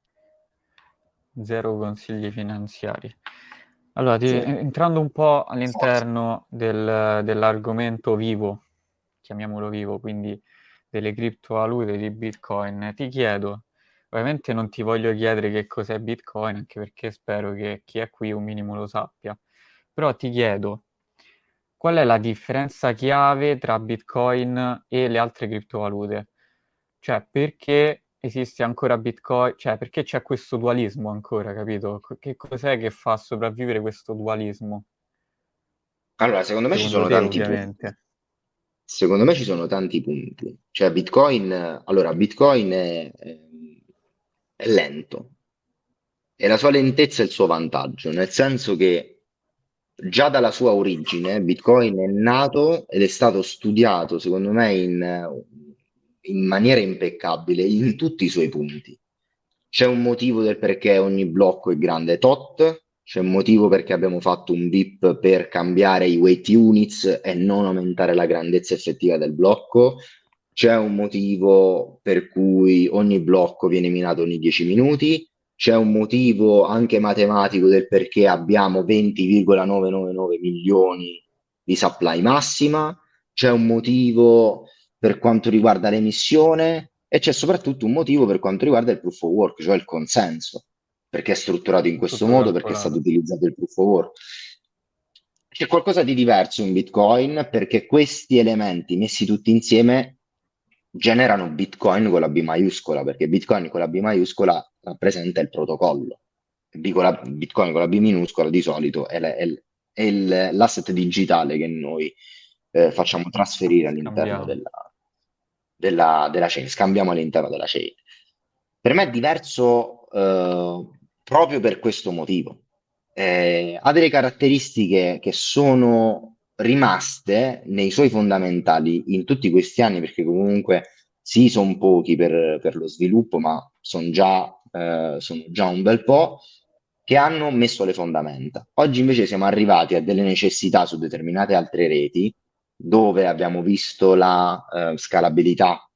Zero consigli finanziari. Allora, Sì, entrando un po' forza. all'interno dell'argomento vivo, chiamiamolo vivo, quindi delle criptovalute di Bitcoin, ti chiedo, ovviamente non ti voglio chiedere che cos'è Bitcoin, anche perché spero che chi è qui un minimo lo sappia, però ti chiedo, qual è la differenza chiave tra Bitcoin e le altre criptovalute? Cioè, perché esiste ancora Bitcoin? Cioè, perché c'è questo dualismo ancora, capito? Che cos'è che fa sopravvivere questo dualismo? Allora, secondo me ci Secondo sono te, tanti punti. ovviamente. Secondo me ci sono tanti punti. Cioè, Bitcoin, allora, Bitcoin è lento e la sua lentezza è il suo vantaggio, nel senso che già dalla sua origine Bitcoin è nato ed è stato studiato, secondo me, in maniera impeccabile in tutti i suoi punti. C'è un motivo del perché ogni blocco è grande tot, c'è un motivo perché abbiamo fatto un VIP per cambiare i weight units e non aumentare la grandezza effettiva del blocco. C'è un motivo per cui ogni blocco viene minato ogni 10 minuti. C'è un motivo anche matematico del perché abbiamo 20,999 milioni di supply massima. C'è un motivo per quanto riguarda l'emissione e c'è soprattutto un motivo per quanto riguarda il proof of work, cioè il consenso, perché è strutturato in questo Tutto modo, perché è stato calcolato. utilizzato il proof of work. C'è qualcosa di diverso in Bitcoin perché questi elementi messi tutti insieme generano Bitcoin con la B maiuscola, perché Bitcoin con la B maiuscola rappresenta il protocollo. Bitcoin con la B minuscola di solito è l'asset digitale che noi facciamo trasferire all'interno Scambiamo. della chain, scambiamo all'interno della chain. Per me è diverso proprio per questo motivo. Ha delle caratteristiche che sono rimaste nei suoi fondamentali in tutti questi anni, perché comunque sì, sono pochi per lo sviluppo, ma sono già un bel po' che hanno messo le fondamenta. Oggi invece siamo arrivati a delle necessità su determinate altre reti dove abbiamo visto la scalabilità,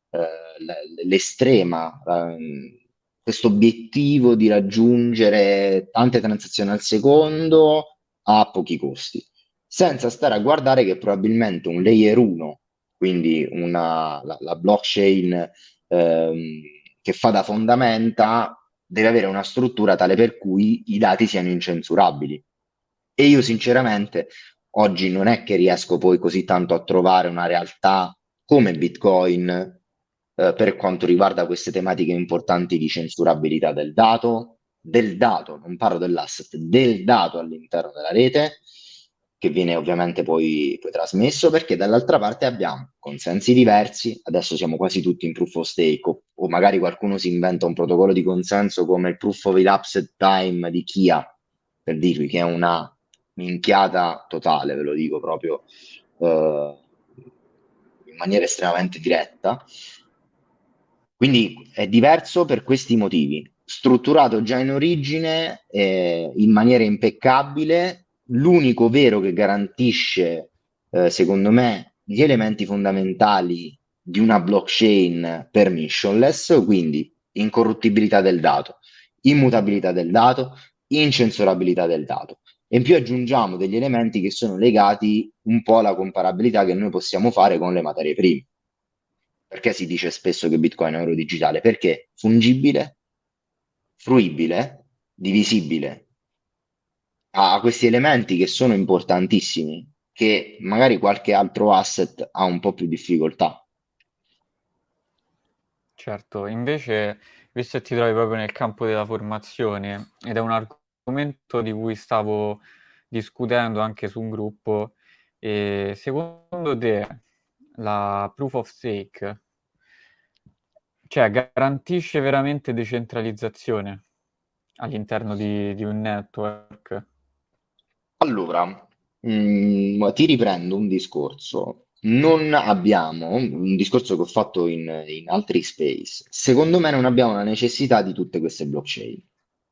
l'estrema, questo obiettivo di raggiungere tante transazioni al secondo a pochi costi, senza stare a guardare che probabilmente un layer 1, quindi la blockchain ehm, che fa da fondamenta, deve avere una struttura tale per cui i dati siano incensurabili. E io sinceramente oggi non è che riesco poi così tanto a trovare una realtà come Bitcoin per quanto riguarda queste tematiche importanti di censurabilità del dato, non parlo dell'asset, del dato all'interno della rete, che viene ovviamente poi trasmesso, perché dall'altra parte abbiamo consensi diversi, adesso siamo quasi tutti in proof of stake, o magari qualcuno si inventa un protocollo di consenso come il proof of elapsed time di Kia, per dirvi che è una minchiata totale, ve lo dico proprio in maniera estremamente diretta. Quindi è diverso per questi motivi. Strutturato già in origine, in maniera impeccabile, l'unico vero che garantisce, secondo me, gli elementi fondamentali di una blockchain permissionless, quindi incorruttibilità del dato, immutabilità del dato, incensurabilità del dato. E in più aggiungiamo degli elementi che sono legati un po' alla comparabilità che noi possiamo fare con le materie prime. Perché si dice spesso che Bitcoin è oro digitale? Perché fungibile, fruibile, divisibile. Ha questi elementi che sono importantissimi, che magari qualche altro asset ha un po' più difficoltà. Certo, invece, visto che ti trovi proprio nel campo della formazione ed è un argomento di cui stavo discutendo anche su un gruppo, secondo te la proof of stake, cioè, garantisce veramente decentralizzazione all'interno di un network? Allora, ti riprendo un discorso. Non abbiamo un discorso che ho fatto in altri space. Secondo me non abbiamo la necessità di tutte queste blockchain.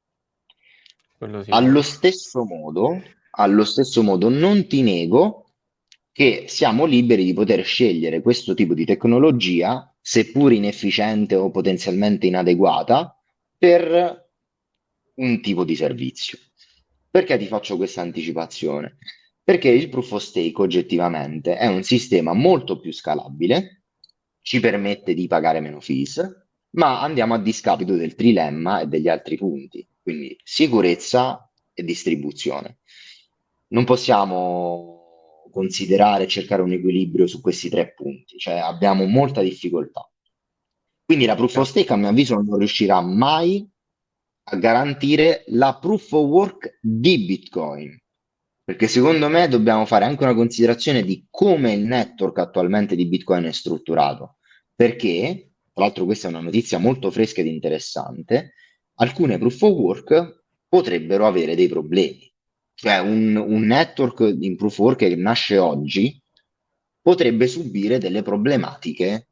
Quello sì. Allo stesso modo non ti nego che siamo liberi di poter scegliere questo tipo di tecnologia, seppur inefficiente o potenzialmente inadeguata, per un tipo di servizio. Perché ti faccio questa anticipazione? Perché il proof of stake oggettivamente è un sistema molto più scalabile, ci permette di pagare meno fees, ma andiamo a discapito del trilemma e degli altri punti, quindi sicurezza e distribuzione. Non possiamo considerare e cercare un equilibrio su questi tre punti, cioè abbiamo molta difficoltà. Quindi la proof of Certo. stake, a mio avviso, non riuscirà mai a garantire la proof of work di Bitcoin. Perché secondo me dobbiamo fare anche una considerazione di come il network attualmente di Bitcoin è strutturato. Perché, tra l'altro, questa è una notizia molto fresca ed interessante, alcune proof of work potrebbero avere dei problemi. Cioè un network in proof of work che nasce oggi potrebbe subire delle problematiche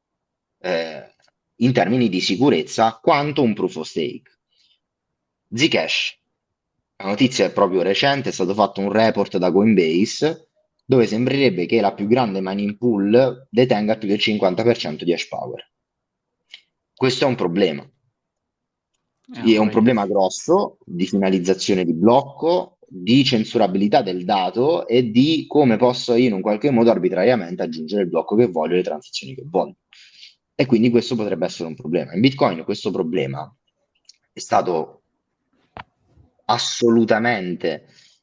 eh, in termini di sicurezza quanto un proof of stake. Zcash, la notizia è proprio recente, è stato fatto un report da Coinbase dove sembrerebbe che la più grande mining pool detenga più del 50% di hash power. Questo è un problema. È un Voglia. problema grosso di finalizzazione di blocco, di censurabilità del dato e di come posso io in un qualche modo arbitrariamente aggiungere il blocco che voglio e le transazioni che voglio. E quindi questo potrebbe essere un problema. In Bitcoin questo problema è stato assolutamente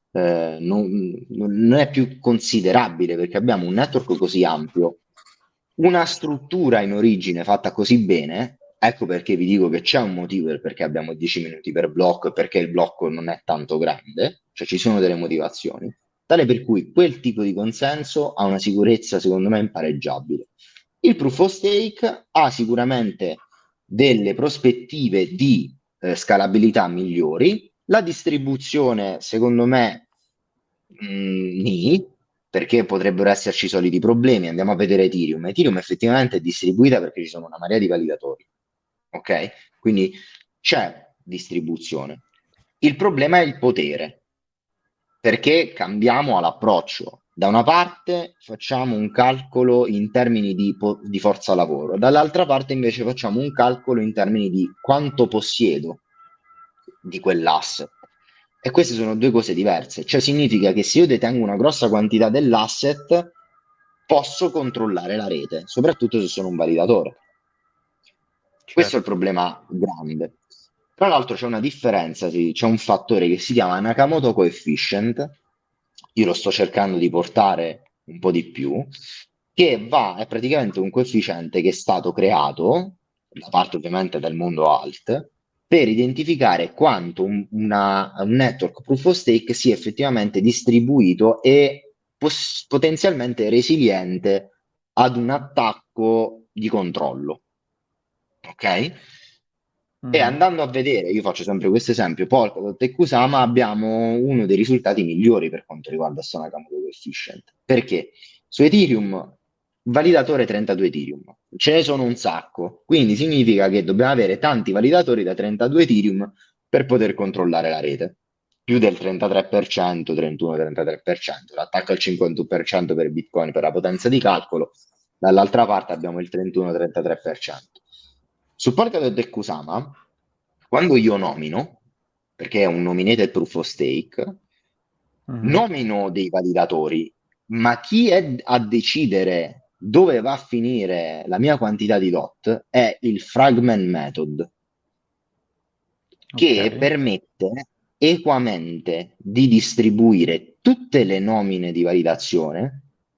non è più considerabile perché abbiamo un network così ampio, una struttura in origine fatta così bene. Ecco perché vi dico che c'è un motivo del perché abbiamo 10 minuti per blocco e perché il blocco non è tanto grande, cioè ci sono delle motivazioni, tale per cui quel tipo di consenso ha una sicurezza secondo me impareggiabile. Il proof of stake ha sicuramente delle prospettive di scalabilità migliori. La distribuzione, secondo me, nì, perché potrebbero esserci soliti problemi. Andiamo a vedere Ethereum. Ethereum effettivamente è distribuita perché ci sono una marea di validatori. Ok? Quindi c'è distribuzione. Il problema è il potere, perché cambiamo all'approccio. Da una parte facciamo un calcolo in termini di forza lavoro, dall'altra parte invece facciamo un calcolo in termini di quanto possiedo di quell'asset. E queste sono due cose diverse, cioè significa che se io detengo una grossa quantità dell'asset, posso controllare la rete, soprattutto se sono un validatore. Questo è il Certo. problema grande. Tra l'altro c'è una differenza, sì, c'è un fattore che si chiama Nakamoto Coefficient, io lo sto cercando di portare un po' di più, è praticamente un coefficiente che è stato creato, da parte ovviamente del mondo alt, per identificare quanto un network proof of stake sia effettivamente distribuito e potenzialmente resiliente ad un attacco di controllo. Ok? E Mhm. andando a vedere, io faccio sempre questo esempio, Polkadot e Kusama abbiamo uno dei risultati migliori per quanto riguarda sto Nakamoto Coefficient. Perché? Su Ethereum, validatore 32 Ethereum, ce ne sono un sacco, quindi significa che dobbiamo avere tanti validatori da 32 Ethereum per poter controllare la rete. Più del 33%, 31-33%, l'attacco al 51% per Bitcoin per la potenza di calcolo, dall'altra parte abbiamo il 31-33%. Su Polkadot e Kusama, quando io nomino, perché è un nominated proof of stake, Mhm. nomino dei validatori, ma chi è a decidere dove va a finire la mia quantità di DOT è il fragment method, Ok, che permette equamente di distribuire tutte le nomine di validazione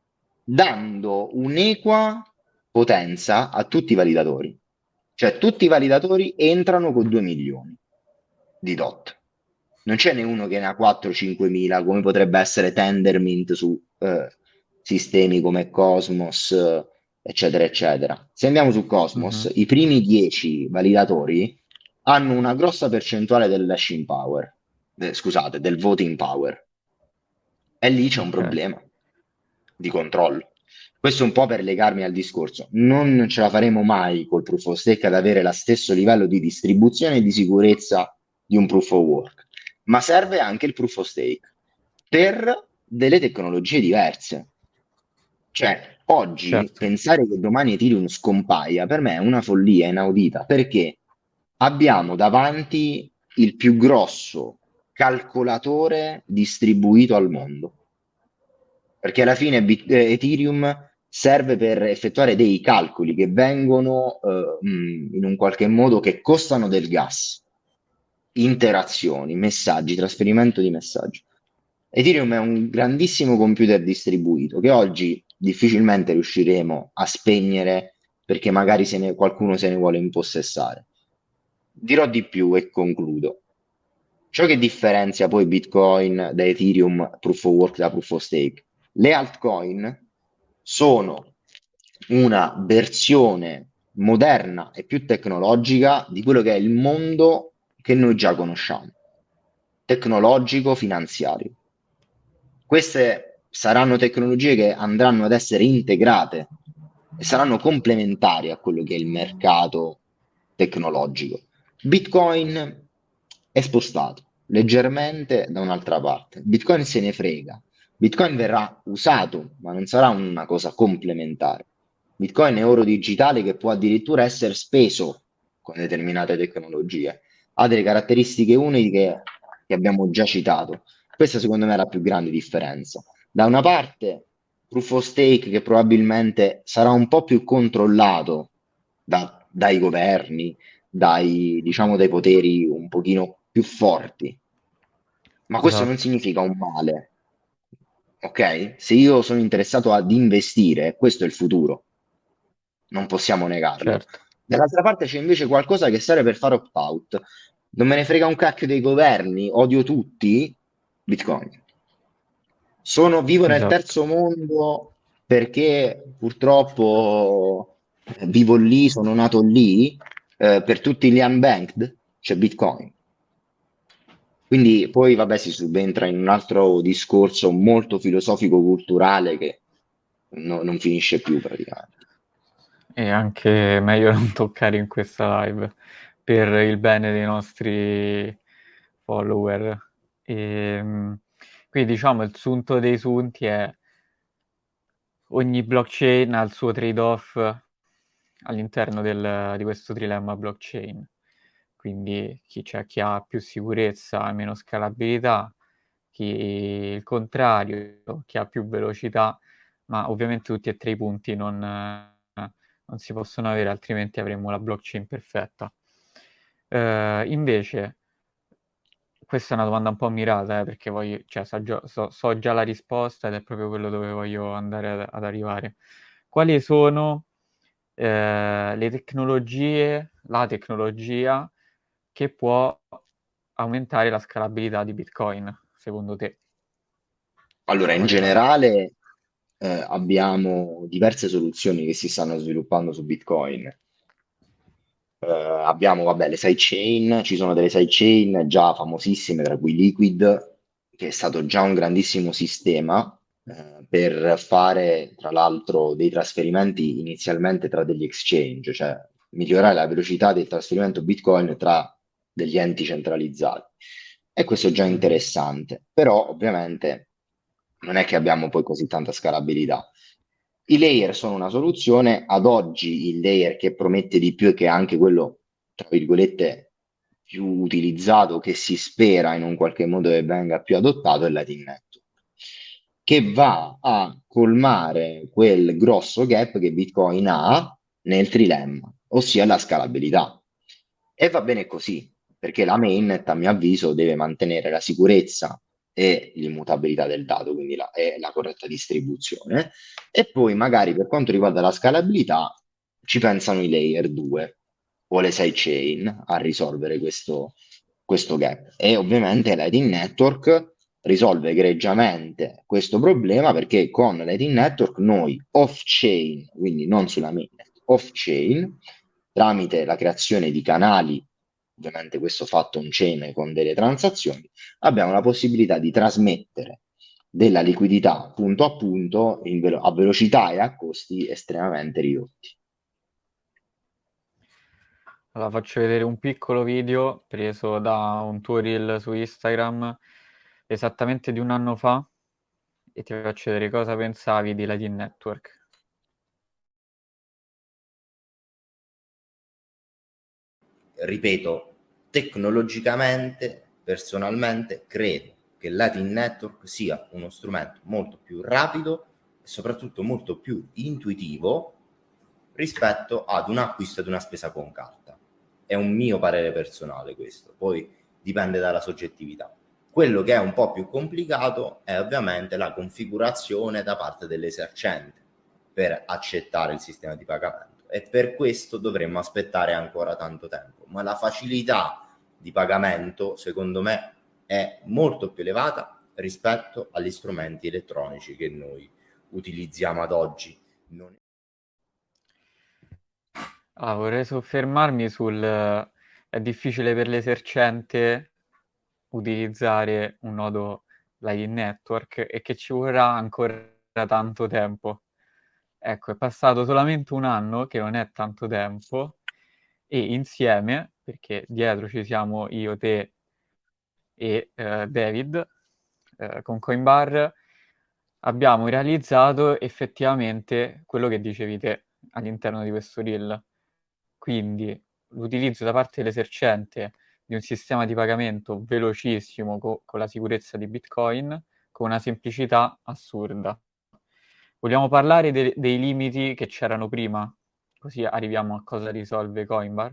dando un'equa potenza a tutti i validatori. Cioè tutti i validatori entrano con 2 milioni di DOT. Non ce n'è uno che ne ha 4-5 mila, come potrebbe essere Tendermint su sistemi come Cosmos, eccetera, eccetera. Se andiamo su mhm. Cosmos, i primi 10 validatori hanno una grossa percentuale del hashing power, scusate, del voting power. E lì c'è un Ok, problema di controllo. Questo è un po' per legarmi al discorso. Non ce la faremo mai col proof of stake ad avere lo stesso livello di distribuzione e di sicurezza di un proof of work, ma serve anche il proof of stake per delle tecnologie diverse. Cioè, oggi certo. pensare che domani Ethereum scompaia per me è una follia inaudita perché abbiamo davanti il più grosso calcolatore distribuito al mondo. Perché alla fine Ethereum serve per effettuare dei calcoli che vengono in un qualche modo che costano del gas, interazioni, messaggi, trasferimento di messaggi. Ethereum è un grandissimo computer distribuito che oggi difficilmente riusciremo a spegnere perché magari qualcuno se ne vuole impossessare. Dirò di più e concludo. Ciò che differenzia poi Bitcoin da Ethereum, Proof of Work da Proof of Stake, le altcoin sono una versione moderna e più tecnologica di quello che è il mondo che noi già conosciamo, tecnologico, finanziario. Queste saranno tecnologie che andranno ad essere integrate e saranno complementari a quello che è il mercato tecnologico. Bitcoin è spostato leggermente da un'altra parte. Bitcoin se ne frega. Bitcoin verrà usato, ma non sarà una cosa complementare. Bitcoin è oro digitale che può addirittura essere speso con determinate tecnologie. Ha delle caratteristiche uniche che abbiamo già citato. Questa secondo me è la più grande differenza. Da una parte, proof of stake che probabilmente sarà un po' più controllato dai governi, diciamo, dai poteri un pochino più forti, ma questo non Esatto, significa un male, ok? Se io sono interessato ad investire, questo è il futuro, non possiamo negarlo. certo. Dall'altra parte c'è invece qualcosa che serve per fare opt-out. Non me ne frega un cacchio dei governi, odio tutti, Bitcoin. Vivo nel Esatto. terzo mondo perché purtroppo vivo lì, sono nato lì, per tutti gli unbanked c'è Bitcoin. Quindi poi vabbè si subentra in un altro discorso molto filosofico-culturale che non finisce più praticamente. E anche meglio non toccare in questa live per il bene dei nostri follower. E, quindi diciamo il sunto dei sunti è ogni blockchain ha il suo trade-off all'interno di questo trilemma blockchain. Quindi c'è chi ha più sicurezza e meno scalabilità, chi il contrario, chi ha più velocità, ma ovviamente tutti e tre i punti non si possono avere, altrimenti avremmo la blockchain perfetta. Invece, questa è una domanda un po' mirata, perché cioè, so già la risposta ed è proprio quello dove voglio andare ad arrivare. Quali sono le tecnologie, la tecnologia che può aumentare la scalabilità di Bitcoin, secondo te? Allora, in Quali sono? generale, abbiamo diverse soluzioni che si stanno sviluppando su Bitcoin. Abbiamo, vabbè, le sidechain, ci sono delle sidechain già famosissime, tra cui Liquid, che è stato già un grandissimo sistema per fare, tra l'altro, dei trasferimenti inizialmente tra degli exchange, cioè migliorare la velocità del trasferimento Bitcoin tra degli enti centralizzati. E questo è già Mhm. interessante, però ovviamente non è che abbiamo poi così tanta scalabilità. I layer sono una soluzione, ad oggi il layer che promette di più e che è anche quello, tra virgolette, più utilizzato, che si spera in un qualche modo che venga più adottato, è Lightning Network, che va a colmare quel grosso gap che Bitcoin ha nel trilemma, ossia la scalabilità. E va bene così, perché la mainnet, a mio avviso, deve mantenere la sicurezza e l'immutabilità del dato, quindi e la corretta distribuzione. E poi magari per quanto riguarda la scalabilità, ci pensano i layer 2 o le sidechain a risolvere questo gap. E ovviamente Lightning Network risolve egregiamente questo problema perché con Lightning Network noi off-chain, quindi non sulla mainnet, off-chain, tramite la creazione di canali, ovviamente questo fatto on-chain con delle transazioni, abbiamo la possibilità di trasmettere della liquidità punto a punto a velocità e a costi estremamente ridotti. Allora, faccio vedere un piccolo video preso da un tuo reel su Instagram esattamente di un anno fa e ti faccio vedere cosa pensavi di Lightning Network. Ripeto, tecnologicamente, personalmente, credo che Lightning Network sia uno strumento molto più rapido e soprattutto molto più intuitivo rispetto ad un acquisto ed una spesa con carta. È un mio parere personale questo, poi dipende dalla soggettività. Quello che è un po' più complicato è ovviamente la configurazione da parte dell'esercente per accettare il sistema di pagamento e per questo dovremmo aspettare ancora tanto tempo, ma la facilità di pagamento secondo me è molto più elevata rispetto agli strumenti elettronici che noi utilizziamo ad oggi. Non... Vorrei soffermarmi è difficile per l'esercente utilizzare un nodo Lightning Network e che ci vorrà ancora tanto tempo. Ecco, è passato solamente un anno, che non è tanto tempo, e insieme, perché dietro ci siamo io, te e David, con Coinbar, abbiamo realizzato effettivamente quello che dicevi te all'interno di questo reel. Quindi l'utilizzo da parte dell'esercente di un sistema di pagamento velocissimo con la sicurezza di Bitcoin, con una semplicità assurda. Vogliamo parlare dei limiti che c'erano prima? Così arriviamo a cosa risolve Coinbar.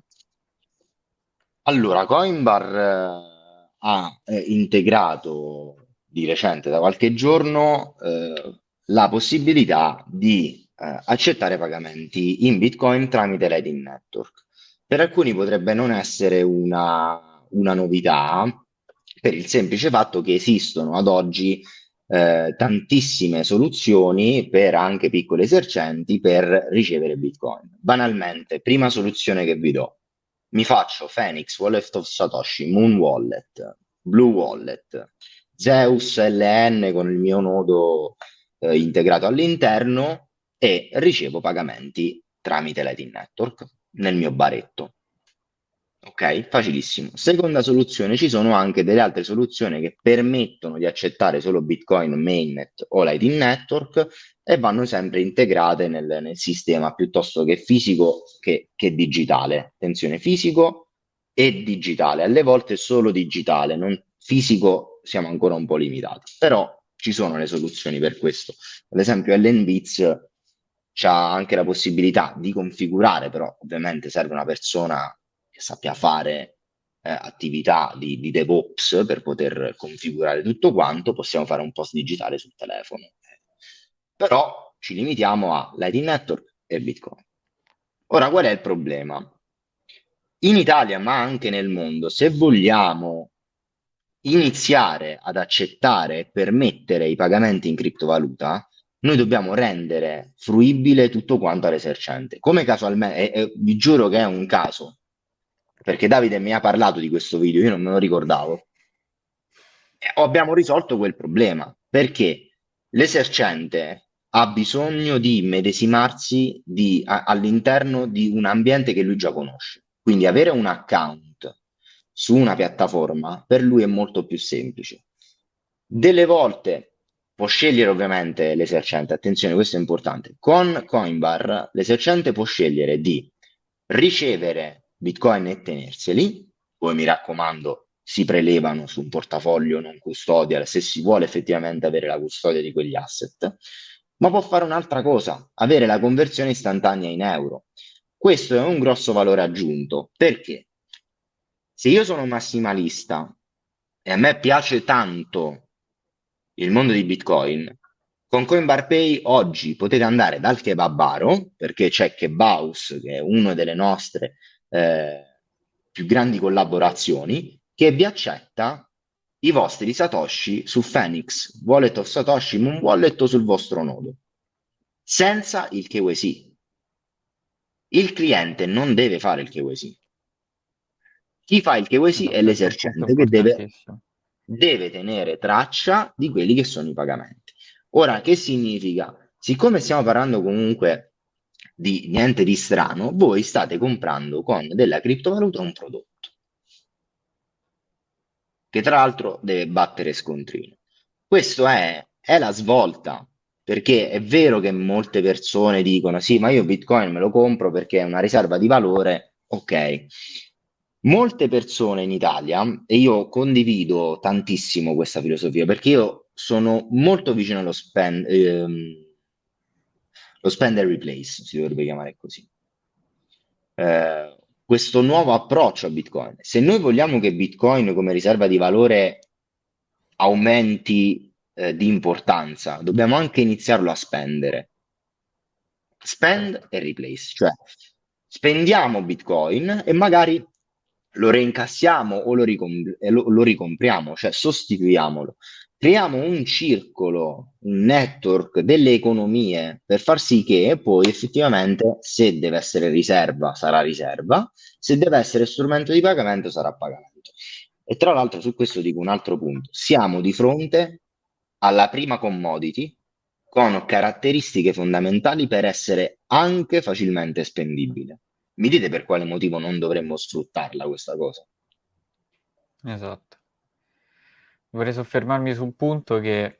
Allora, Coinbar ha integrato di recente, da qualche giorno, la possibilità di accettare pagamenti in Bitcoin tramite Lightning Network. Per alcuni potrebbe non essere una novità, per il semplice fatto che esistono ad oggi tantissime soluzioni per anche piccoli esercenti per ricevere Bitcoin. Banalmente, prima soluzione che vi do, mi faccio Phoenix, Wallet of Satoshi, Moon Wallet, Blue Wallet, Zeus LN con il mio nodo integrato all'interno e ricevo pagamenti tramite Lightning Network nel mio baretto. Ok, facilissimo. Seconda soluzione, ci sono anche delle altre soluzioni che permettono di accettare solo Bitcoin Mainnet o Lightning Network e vanno sempre integrate nel sistema piuttosto che fisico che digitale. Attenzione, fisico e digitale, alle volte solo digitale, non fisico siamo ancora un po' limitati, però ci sono le soluzioni per questo. Ad esempio, LNBits c'ha anche la possibilità di configurare, però ovviamente serve una persona che sappia fare attività di DevOps per poter configurare tutto quanto, possiamo fare un post digitale sul telefono. Però ci limitiamo a Lightning Network e Bitcoin. Ora, qual è il problema? In Italia, ma anche nel mondo, se vogliamo iniziare ad accettare e permettere i pagamenti in criptovaluta, noi dobbiamo rendere fruibile tutto quanto all'esercente. Come casualmente, vi giuro che è un caso, perché Davide mi ha parlato di questo video, io non me lo ricordavo, e abbiamo risolto quel problema, perché l'esercente ha bisogno di medesimarsi all'interno di un ambiente che lui già conosce. Quindi avere un account su una piattaforma per lui è molto più semplice. Delle volte può scegliere ovviamente l'esercente, attenzione, questo è importante. Con Coinbar l'esercente può scegliere di ricevere Bitcoin e tenerseli, poi mi raccomando, si prelevano su un portafoglio non custodial se si vuole effettivamente avere la custodia di quegli asset, ma può fare un'altra cosa, avere la conversione istantanea in euro. Questo è un grosso valore aggiunto, perché se io sono massimalista e a me piace tanto il mondo di Bitcoin, con Coinbar Pay oggi potete andare dal kebabaro, perché c'è Kebaus, che è una delle nostre più grandi collaborazioni, che vi accetta i vostri Satoshi su Phoenix, Wallet of Satoshi, Moon Wallet o sul vostro nodo, senza il KYC. Il cliente non deve fare il KYC. Chi fa il KYC è Esatto, questo è un punto l'esercente che importantissimo. deve tenere traccia di quelli che sono i pagamenti. Ora, che significa? Siccome stiamo parlando comunque di niente di strano, voi state comprando con della criptovaluta un prodotto che tra l'altro deve battere scontrino. Questo è la svolta, perché è vero che molte persone dicono sì, ma io Bitcoin me lo compro perché è una riserva di valore, ok. Molte persone in Italia, e io condivido tantissimo questa filosofia, perché io sono molto vicino lo spend and replace, si dovrebbe chiamare così. Questo nuovo approccio a Bitcoin. Se noi vogliamo che Bitcoin come riserva di valore aumenti di importanza, dobbiamo anche iniziarlo a spendere. Spend Certo. e replace, cioè spendiamo Bitcoin e magari lo reincassiamo o lo ricompriamo, cioè sostituiamolo. Creiamo un circolo, un network delle economie per far sì che poi effettivamente se deve essere riserva sarà riserva, se deve essere strumento di pagamento sarà pagamento. E tra l'altro su questo dico un altro punto, siamo di fronte alla prima commodity con caratteristiche fondamentali per essere anche facilmente spendibile. Mi dite per quale motivo non dovremmo sfruttarla questa cosa? Esatto. Vorrei soffermarmi su un punto che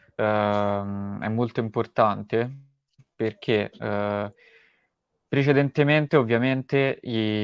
è molto importante perché precedentemente ovviamente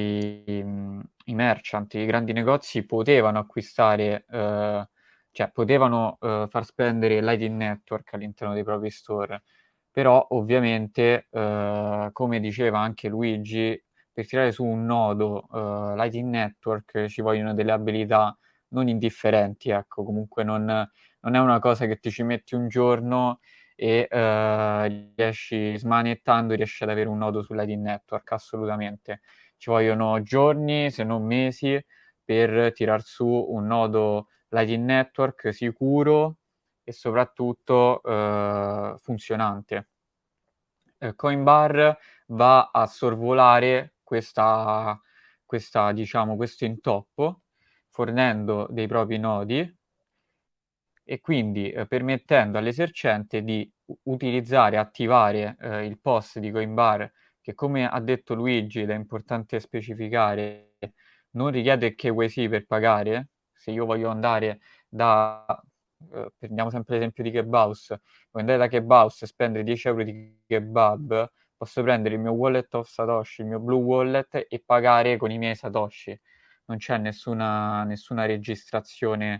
i merchant, i grandi negozi potevano acquistare, cioè potevano far spendere Lightning Network all'interno dei propri store, però ovviamente, come diceva anche Luigi, per tirare su un nodo Lightning Network ci vogliono delle abilità non indifferenti, ecco, comunque non è una cosa che ti ci metti un giorno e riesci, smanettando, riesci ad avere un nodo su Lightning Network, assolutamente. Ci vogliono giorni, se non mesi, per tirar su un nodo Lightning Network sicuro e soprattutto funzionante. Coinbar va a sorvolare diciamo, questo intoppo fornendo dei propri nodi e quindi permettendo all'esercente di utilizzare, attivare il POS di Coinbar che come ha detto Luigi ed è importante specificare non richiede il KYC per pagare. Se io voglio andare da, prendiamo sempre l'esempio di Kebaus, voglio andare da Kebaus e spendere 10 euro di kebab, posso prendere il mio wallet of Satoshi, il mio Blue Wallet e pagare con i miei Satoshi. Non c'è nessuna registrazione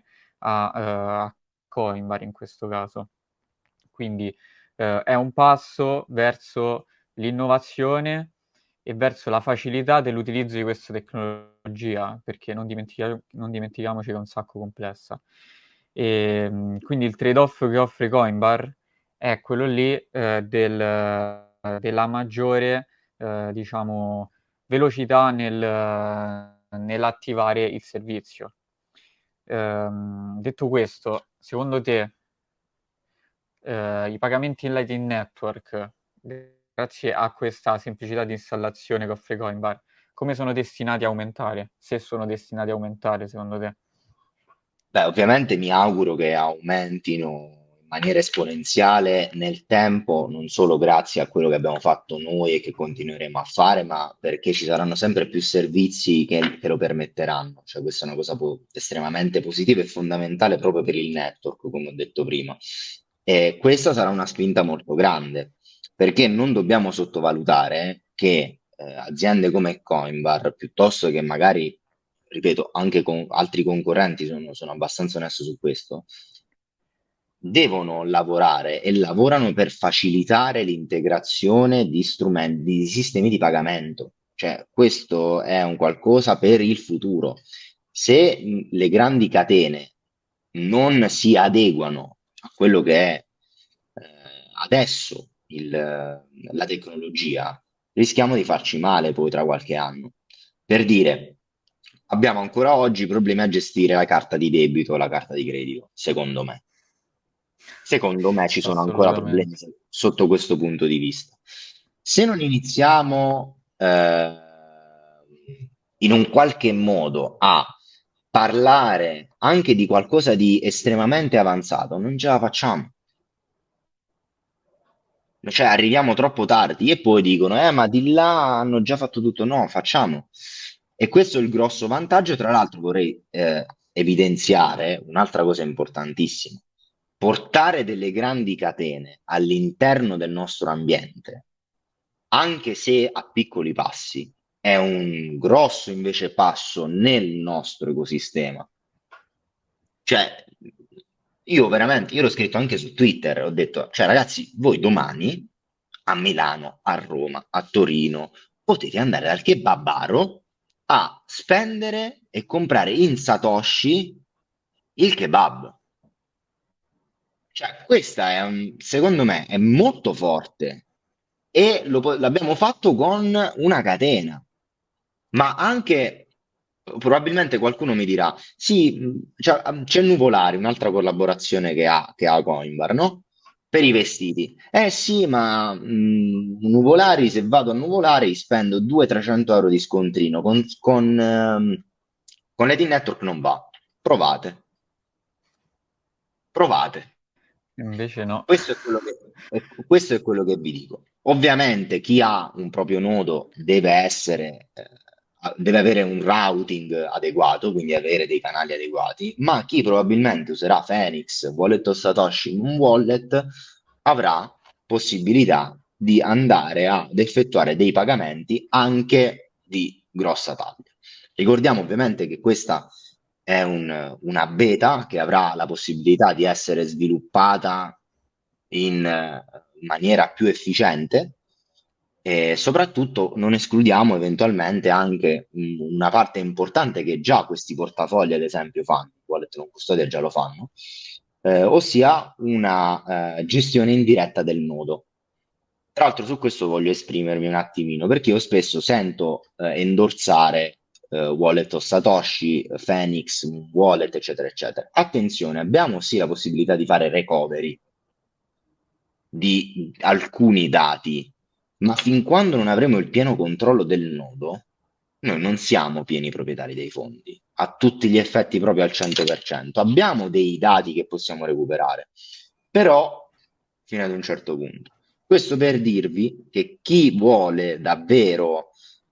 a Coinbar in questo caso. Quindi è un passo verso l'innovazione e verso la facilità dell'utilizzo di questa tecnologia, perché non dimentichiamoci che è un sacco complessa. Quindi il trade-off che offre Coinbar è quello lì della maggiore, diciamo, velocità nell'attivare il servizio. Detto questo, secondo te i pagamenti in Lightning Network, grazie a questa semplicità di installazione che offre Coinbar, come sono destinati a aumentare? Se sono destinati a aumentare, secondo te? Beh, ovviamente mi auguro che aumentino in maniera esponenziale nel tempo, non solo grazie a quello che abbiamo fatto noi e che continueremo a fare, ma perché ci saranno sempre più servizi che lo permetteranno. Cioè, questa è una cosa estremamente positiva e fondamentale proprio per il network, come ho detto prima. E questa sarà una spinta molto grande, perché non dobbiamo sottovalutare che aziende come Coinbar, piuttosto che magari, ripeto, anche con altri concorrenti, sono abbastanza onesto su questo, devono lavorare e lavorano per facilitare l'integrazione di strumenti, di sistemi di pagamento. Cioè, questo è un qualcosa per il futuro. Se le grandi catene non si adeguano a quello che è adesso la tecnologia, rischiamo di farci male poi tra qualche anno. Per dire, abbiamo ancora oggi problemi a gestire la carta di debito o la carta di credito, secondo me. Secondo me ci sono ancora problemi Assolutamente. sotto questo punto di vista. Se non iniziamo in un qualche modo a parlare anche di qualcosa di estremamente avanzato, non ce la facciamo. Cioè, arriviamo troppo tardi e poi dicono, ma di là hanno già fatto tutto. No, facciamo. E questo è il grosso vantaggio. Tra l'altro vorrei evidenziare un'altra cosa importantissima. Portare delle grandi catene all'interno del nostro ambiente, anche se a piccoli passi, è un grosso invece passo nel nostro ecosistema. Cioè, io l'ho scritto anche su Twitter, ho detto, cioè ragazzi, voi domani a Milano, a Roma, a Torino, potete andare dal kebabaro a spendere e comprare in Satoshi il kebab. Cioè, questa è secondo me è molto forte e l'abbiamo fatto con una catena. Ma anche, probabilmente qualcuno mi dirà, sì, c'è Nuvolari, un'altra collaborazione che ha Coinbar, no? Per i vestiti. Eh sì, ma Nuvolari, se vado a Nuvolari spendo 200-300 euro di scontrino, con Lady Network non va. Provate, provate. Invece no. Questo è quello che vi dico. Ovviamente chi ha un proprio nodo deve avere un routing adeguato, quindi avere dei canali adeguati, ma chi probabilmente userà Phoenix, Wallet o Satoshi in un wallet avrà possibilità di andare ad effettuare dei pagamenti anche di grossa taglia. Ricordiamo ovviamente che questa è una beta che avrà la possibilità di essere sviluppata in maniera più efficiente e soprattutto non escludiamo eventualmente anche una parte importante che già questi portafogli, ad esempio, fanno, wallet non custodia già lo fanno, ossia una gestione indiretta del nodo. Tra l'altro su questo voglio esprimermi un attimino, perché io spesso sento endorsare wallet o Satoshi, Phoenix, wallet, eccetera, eccetera. Attenzione, abbiamo sì la possibilità di fare recovery di alcuni dati, ma fin quando non avremo il pieno controllo del nodo, noi non siamo pieni proprietari dei fondi, a tutti gli effetti proprio al 100%. Abbiamo dei dati che possiamo recuperare, però fino ad un certo punto. Questo per dirvi che chi vuole davvero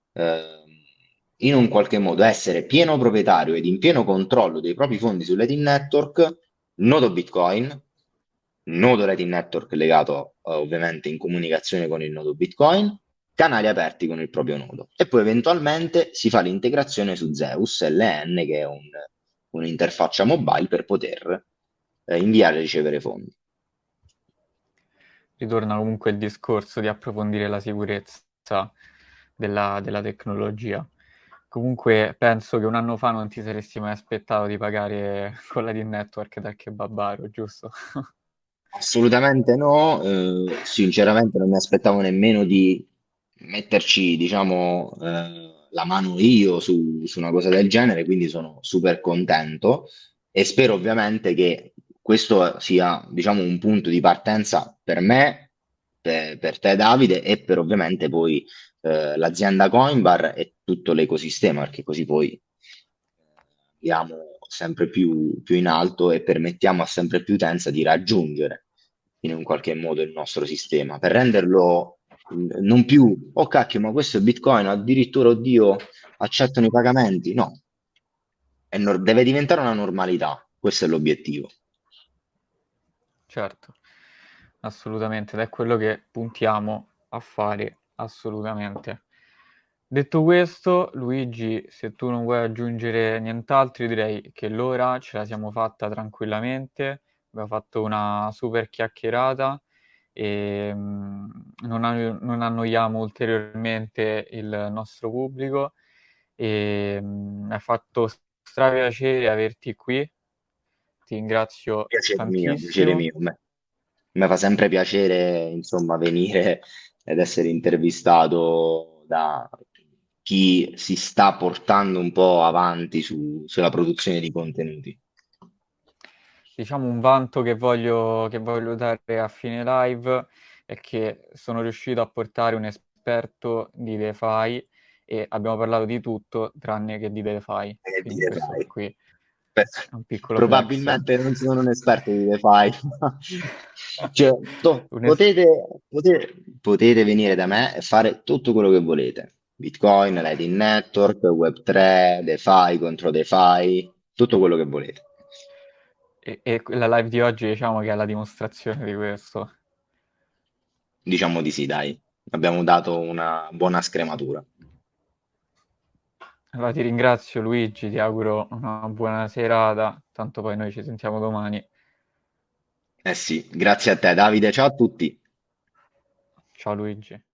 in un qualche modo essere pieno proprietario ed in pieno controllo dei propri fondi sull'Ethereum Network, nodo Bitcoin, nodo Lightning Network legato ovviamente in comunicazione con il nodo Bitcoin, canali aperti con il proprio nodo e poi eventualmente si fa l'integrazione su Zeus LN che è un'interfaccia mobile per poter inviare e ricevere fondi. Ritorna comunque il discorso di approfondire la sicurezza della tecnologia. Comunque penso che un anno fa non ti saresti mai aspettato di pagare con la D-Network dal kebabaro, giusto? Assolutamente no, sinceramente non mi aspettavo nemmeno di metterci, diciamo, la mano io su una cosa del genere, quindi sono super contento e spero ovviamente che questo sia, diciamo, un punto di partenza per me, per te Davide e per ovviamente poi l'azienda Coinbar e tutto l'ecosistema, perché così poi andiamo sempre più in alto e permettiamo a sempre più utenza di raggiungere in un qualche modo il nostro sistema, per renderlo non più, oh cacchio, ma questo è Bitcoin, addirittura, oddio, accettano i pagamenti. No, deve diventare una normalità, questo è l'obiettivo. Certo, assolutamente, ed è quello che puntiamo a fare, assolutamente. Detto questo, Luigi, se tu non vuoi aggiungere nient'altro, io direi che l'ora ce la siamo fatta tranquillamente, abbiamo fatto una super chiacchierata e non annoiamo ulteriormente il nostro pubblico e mi ha fatto strapiacere averti qui, ti ringrazio Piacere mio, piacere tantissimo. mio. Mi fa sempre piacere, insomma, venire ed essere intervistato da chi si sta portando un po' avanti sulla produzione di contenuti. Diciamo un vanto che voglio dare a fine live è che sono riuscito a portare un esperto di DeFi e abbiamo parlato di tutto tranne che di DeFi, Che quindi dire, questo dai. qui Beh, è un piccolo flex. probabilmente non sono un esperto di DeFi. Cioè, Un es- potete venire da me e fare tutto quello che volete. Bitcoin, Lightning Network, Web3, DeFi contro DeFi, tutto quello che volete. e la live di oggi diciamo che è la dimostrazione di questo. Diciamo di sì, dai. Abbiamo dato una buona scrematura. Allora ti ringrazio Luigi, ti auguro una buona serata, tanto poi noi ci sentiamo domani. Eh sì, grazie a te, Davide. Ciao a tutti. Ciao Luigi.